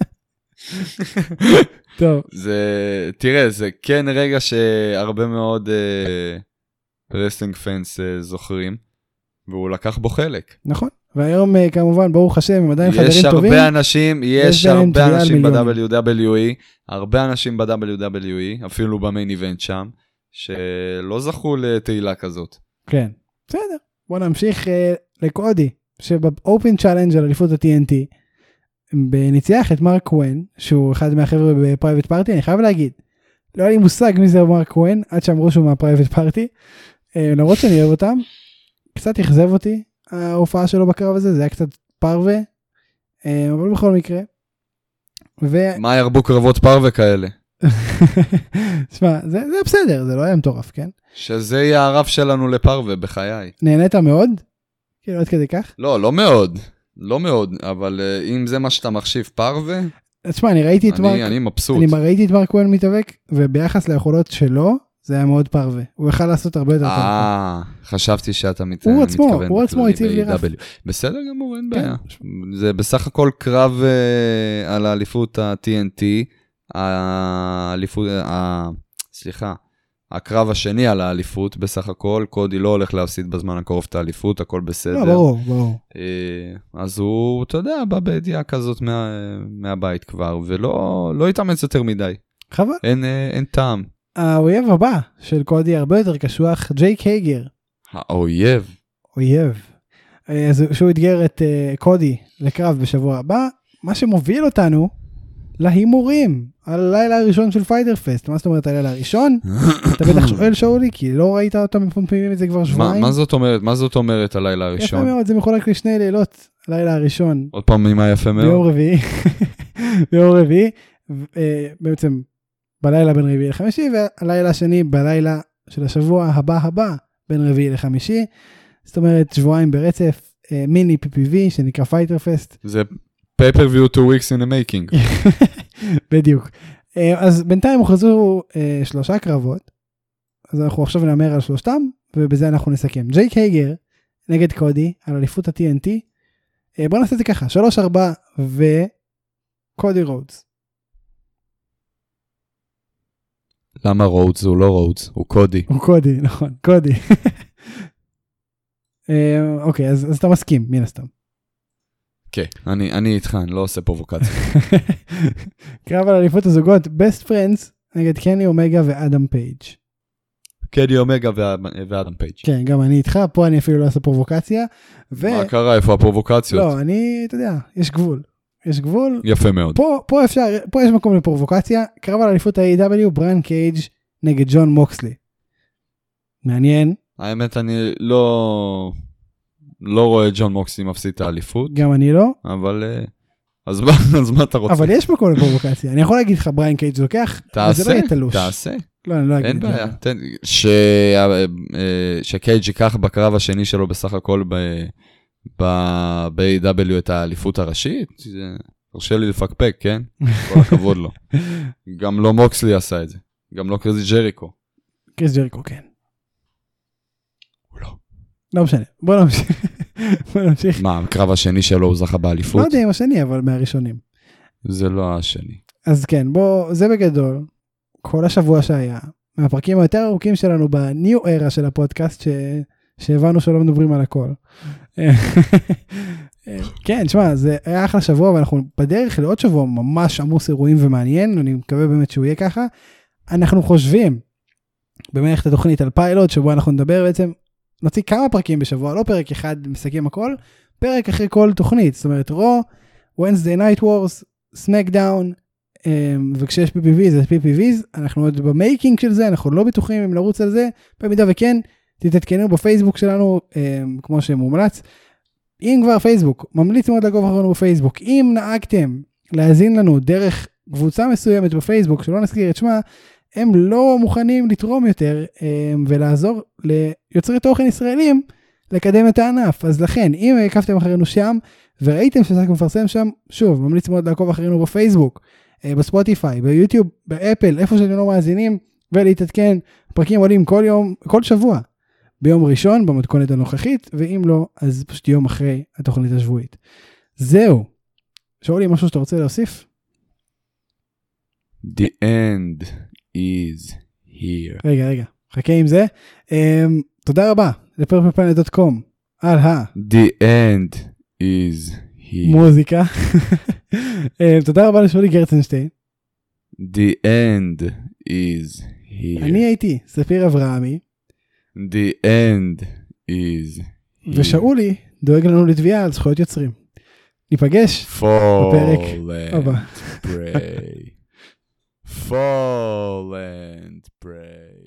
טוב. תראה, זה כן רגע שהרבה מאוד רסלינג פנס זוכרים, והוא לקח בו חלק. נכון, והיום כמובן, ברוך השם, הם עדיין חדרים טובים. יש הרבה אנשים ב-WWE, הרבה אנשים ב-WWE, אפילו במיין איבנט שם, שלא זכו לתהילה כזאת. כן, בסדר. בוא נמשיך לקודי, שבאופן צ'אלנג' על אליפות ה-TNT, בניצח את מרק קוון, שהוא אחד מהחבר'ה בפרייבט פארטי, אני חייב להגיד, לא היה לי מושג מי זה מרק קוון, עד שאמרו שהוא מהפרייבט פארטי, למרות שאני אוהב אותם, קצת יחזב אותי, ההופעה שלו בקרב הזה, זה היה קצת פרווה, אבל בכל מקרה. מה ירבו קרבות פרווה כאלה? תשמע, זה בסדר, זה לא היה מטורף, כן? שזה יהיה הרב שלנו לפרווה בחיי. נהנית מאוד? כאילו עד כדי כך? לא מאוד. לא מאוד, אבל אם זה מה שאתה מחשיב פרווה, תשמע, אני ראיתי את אני מבסוט. אני ראיתי את מרק קוון מתאבק, וביחס ליכולות שלו, זה היה מאוד פרווה. הוא יכל לעשות הרבה יותר טוב. חשבתי שאתה מתכוון. הוא עצמו הציב לי רף. בסדר גמור, אין בעיה. זה בסך הכל קרב על האליפות ה-TNT, הקרב השני על האליפות, בסך הכל, קודי לא הולך להפסיד בזמן הקרוב את האליפות, הכל בסדר. לא, ברור. אז הוא, אתה יודע, בא בידיעה כזאת מהבית כבר, ולא התאמץ יותר מדי. חבל. אין טעם. האויב הבא של קודי הרבה יותר קשוח, ג'ייק הייגר. האויב. אז שהוא אתגר את קודי לקרב בשבוע הבא, מה שמוביל אותנו להימורים על הלילה הראשון של פייטר פסט. מה זאת אומרת הלילה הראשון? אתה בטח שואל שאולי, כי לא ראית אותם מפמפמים את זה כבר שבועיים. מה זאת אומרת הלילה הראשון? יפה מאוד, זה מחולק לשני לילות, הלילה הראשון. עוד פעם, ממה יפה מאוד? ביום רביעי, בעצם בלילה בין רביעי לחמישי, והלילה השני בלילה של השבוע הבא בין רביעי לחמישי. זאת אומרת, שבועיים ברצף, מיני PPV שנקרא פייטר פסט. זה pay-per-view 2 weeks in the making. בדיוק. אז בינתיים הוכרזו 3 קרבות, אז אנחנו עכשיו נאמר על 3, ובזה אנחנו נסכם. ג'ייק הייגר נגד קודי על אליפות ה-TNT. בוא נעשה את זה ככה, 3-4 וקודי רודס. למה רודס? הוא לא רודס, הוא קודי. הוא קודי, נכון, קודי. אוקיי, אז אתה מסכים, מן הסתם. כן, אני איתך, אני לא עושה פרובוקציה. קרב על אליפות הזוגות, Best Friends נגד קני אומגה ואדם פייג'. קני אומגה ואדם פייג'. כן, גם אני איתך, פה אני אפילו לא עושה פרובוקציה. מה קרה, איפה הפרובוקציות? לא, אתה יודע, יש גבול. יש גבול. יפה מאוד. פה יש מקום לפרובוקציה, קרב על אליפות ה-AEW, בריאן קייג' נגד ג'ון מוקסלי. מעניין. האמת, אני לא רואה ג'ון מוקסלי מפסיד את האליפות. גם אני לא. אבל, אז מה אתה רוצה? אבל יש מקום לפרובוקציה. אני יכול להגיד לך, בריאן קייג' לוקח, וזה לא יהיה תלוש. תעשה. לא, אני לא אגיד. אין בעיה. שקייג' ייקח בקרב השני שלו בסך הכל ב-AEW את האליפות הראשית, תרשה לי לפקפק, כן? כל הכבוד לו. גם לא מוקסלי עשה את זה. גם לא קרזי ג'ריקו. קריס ג'ריקו, כן. הוא לא. לא משנה, בוא נמשיך. מה, הקרב השני שלו הוא זכה באליפות? לא יודע אם השני, אבל מהראשונים. זה לא השני. אז כן, בוא, זה בגדול, כל השבוע שהיה, מהפרקים היותר ארוכים שלנו בניו ארה של הפודקאסט, שהבנו שלא מדברים על הכל. כן, שמע, זה היה אחלה שבוע, ואנחנו בדרך לעוד שבוע ממש עמוס אירועים ומעניין, אני מקווה באמת שהוא יהיה ככה. אנחנו חושבים, במערכת התוכנית על פיילוט, שבו אנחנו נדבר בעצם, נוציא כמה פרקים בשבוע, לא פרק אחד מסכם הכל, פרק אחרי כל תוכנית, זאת אומרת, רו, Wednesday Night Wars, סמקדאון, וכשיש PPVs, אז PPVs, אנחנו עוד במייקינג של זה, אנחנו לא בטוחים אם נרוץ על זה, במידה וכן, תתעדכנו בפייסבוק שלנו, כמו שמומלץ, אם כבר פייסבוק, ממליץ מאוד לעקוב אחרינו בפייסבוק, אם נהגתם להאזין לנו דרך קבוצה מסוימת בפייסבוק, שלא נזכיר את שמה, הם לא מוכנים לתרום יותר, ולעזור ליוצרי תוכן ישראלים, לקדם את הענף, אז לכן, אם עקבתם אחרינו שם, וראיתם שסקום מפרסם שם, שוב, ממליץ מאוד לעקוב אחרינו בפייסבוק, בספוטיפיי, ביוטיוב, באפל, איפה שאתם לא מאזינים, ולהתעדכן, פרקים עולים כל יום, כל שבוע, ביום ראשון, במתכונת הנוכחית, ואם לא, אז פשוט יום אחרי התוכנית השבועית. זהו. שאולי, משהו שאתה רוצה להוסיף? The end is here. רגע, חכה עם זה. תודה רבה, לפרפלפלנט.com, על The end is here. מוזיקה. תודה רבה לשולי גרצנשטיין. The end is here. אני הייתי ספיר אברהמי. The end is here. ושאולי דואג לנו לתביעה על זכויות יוצרים. ניפגש בפרק הבא. Fall and pray.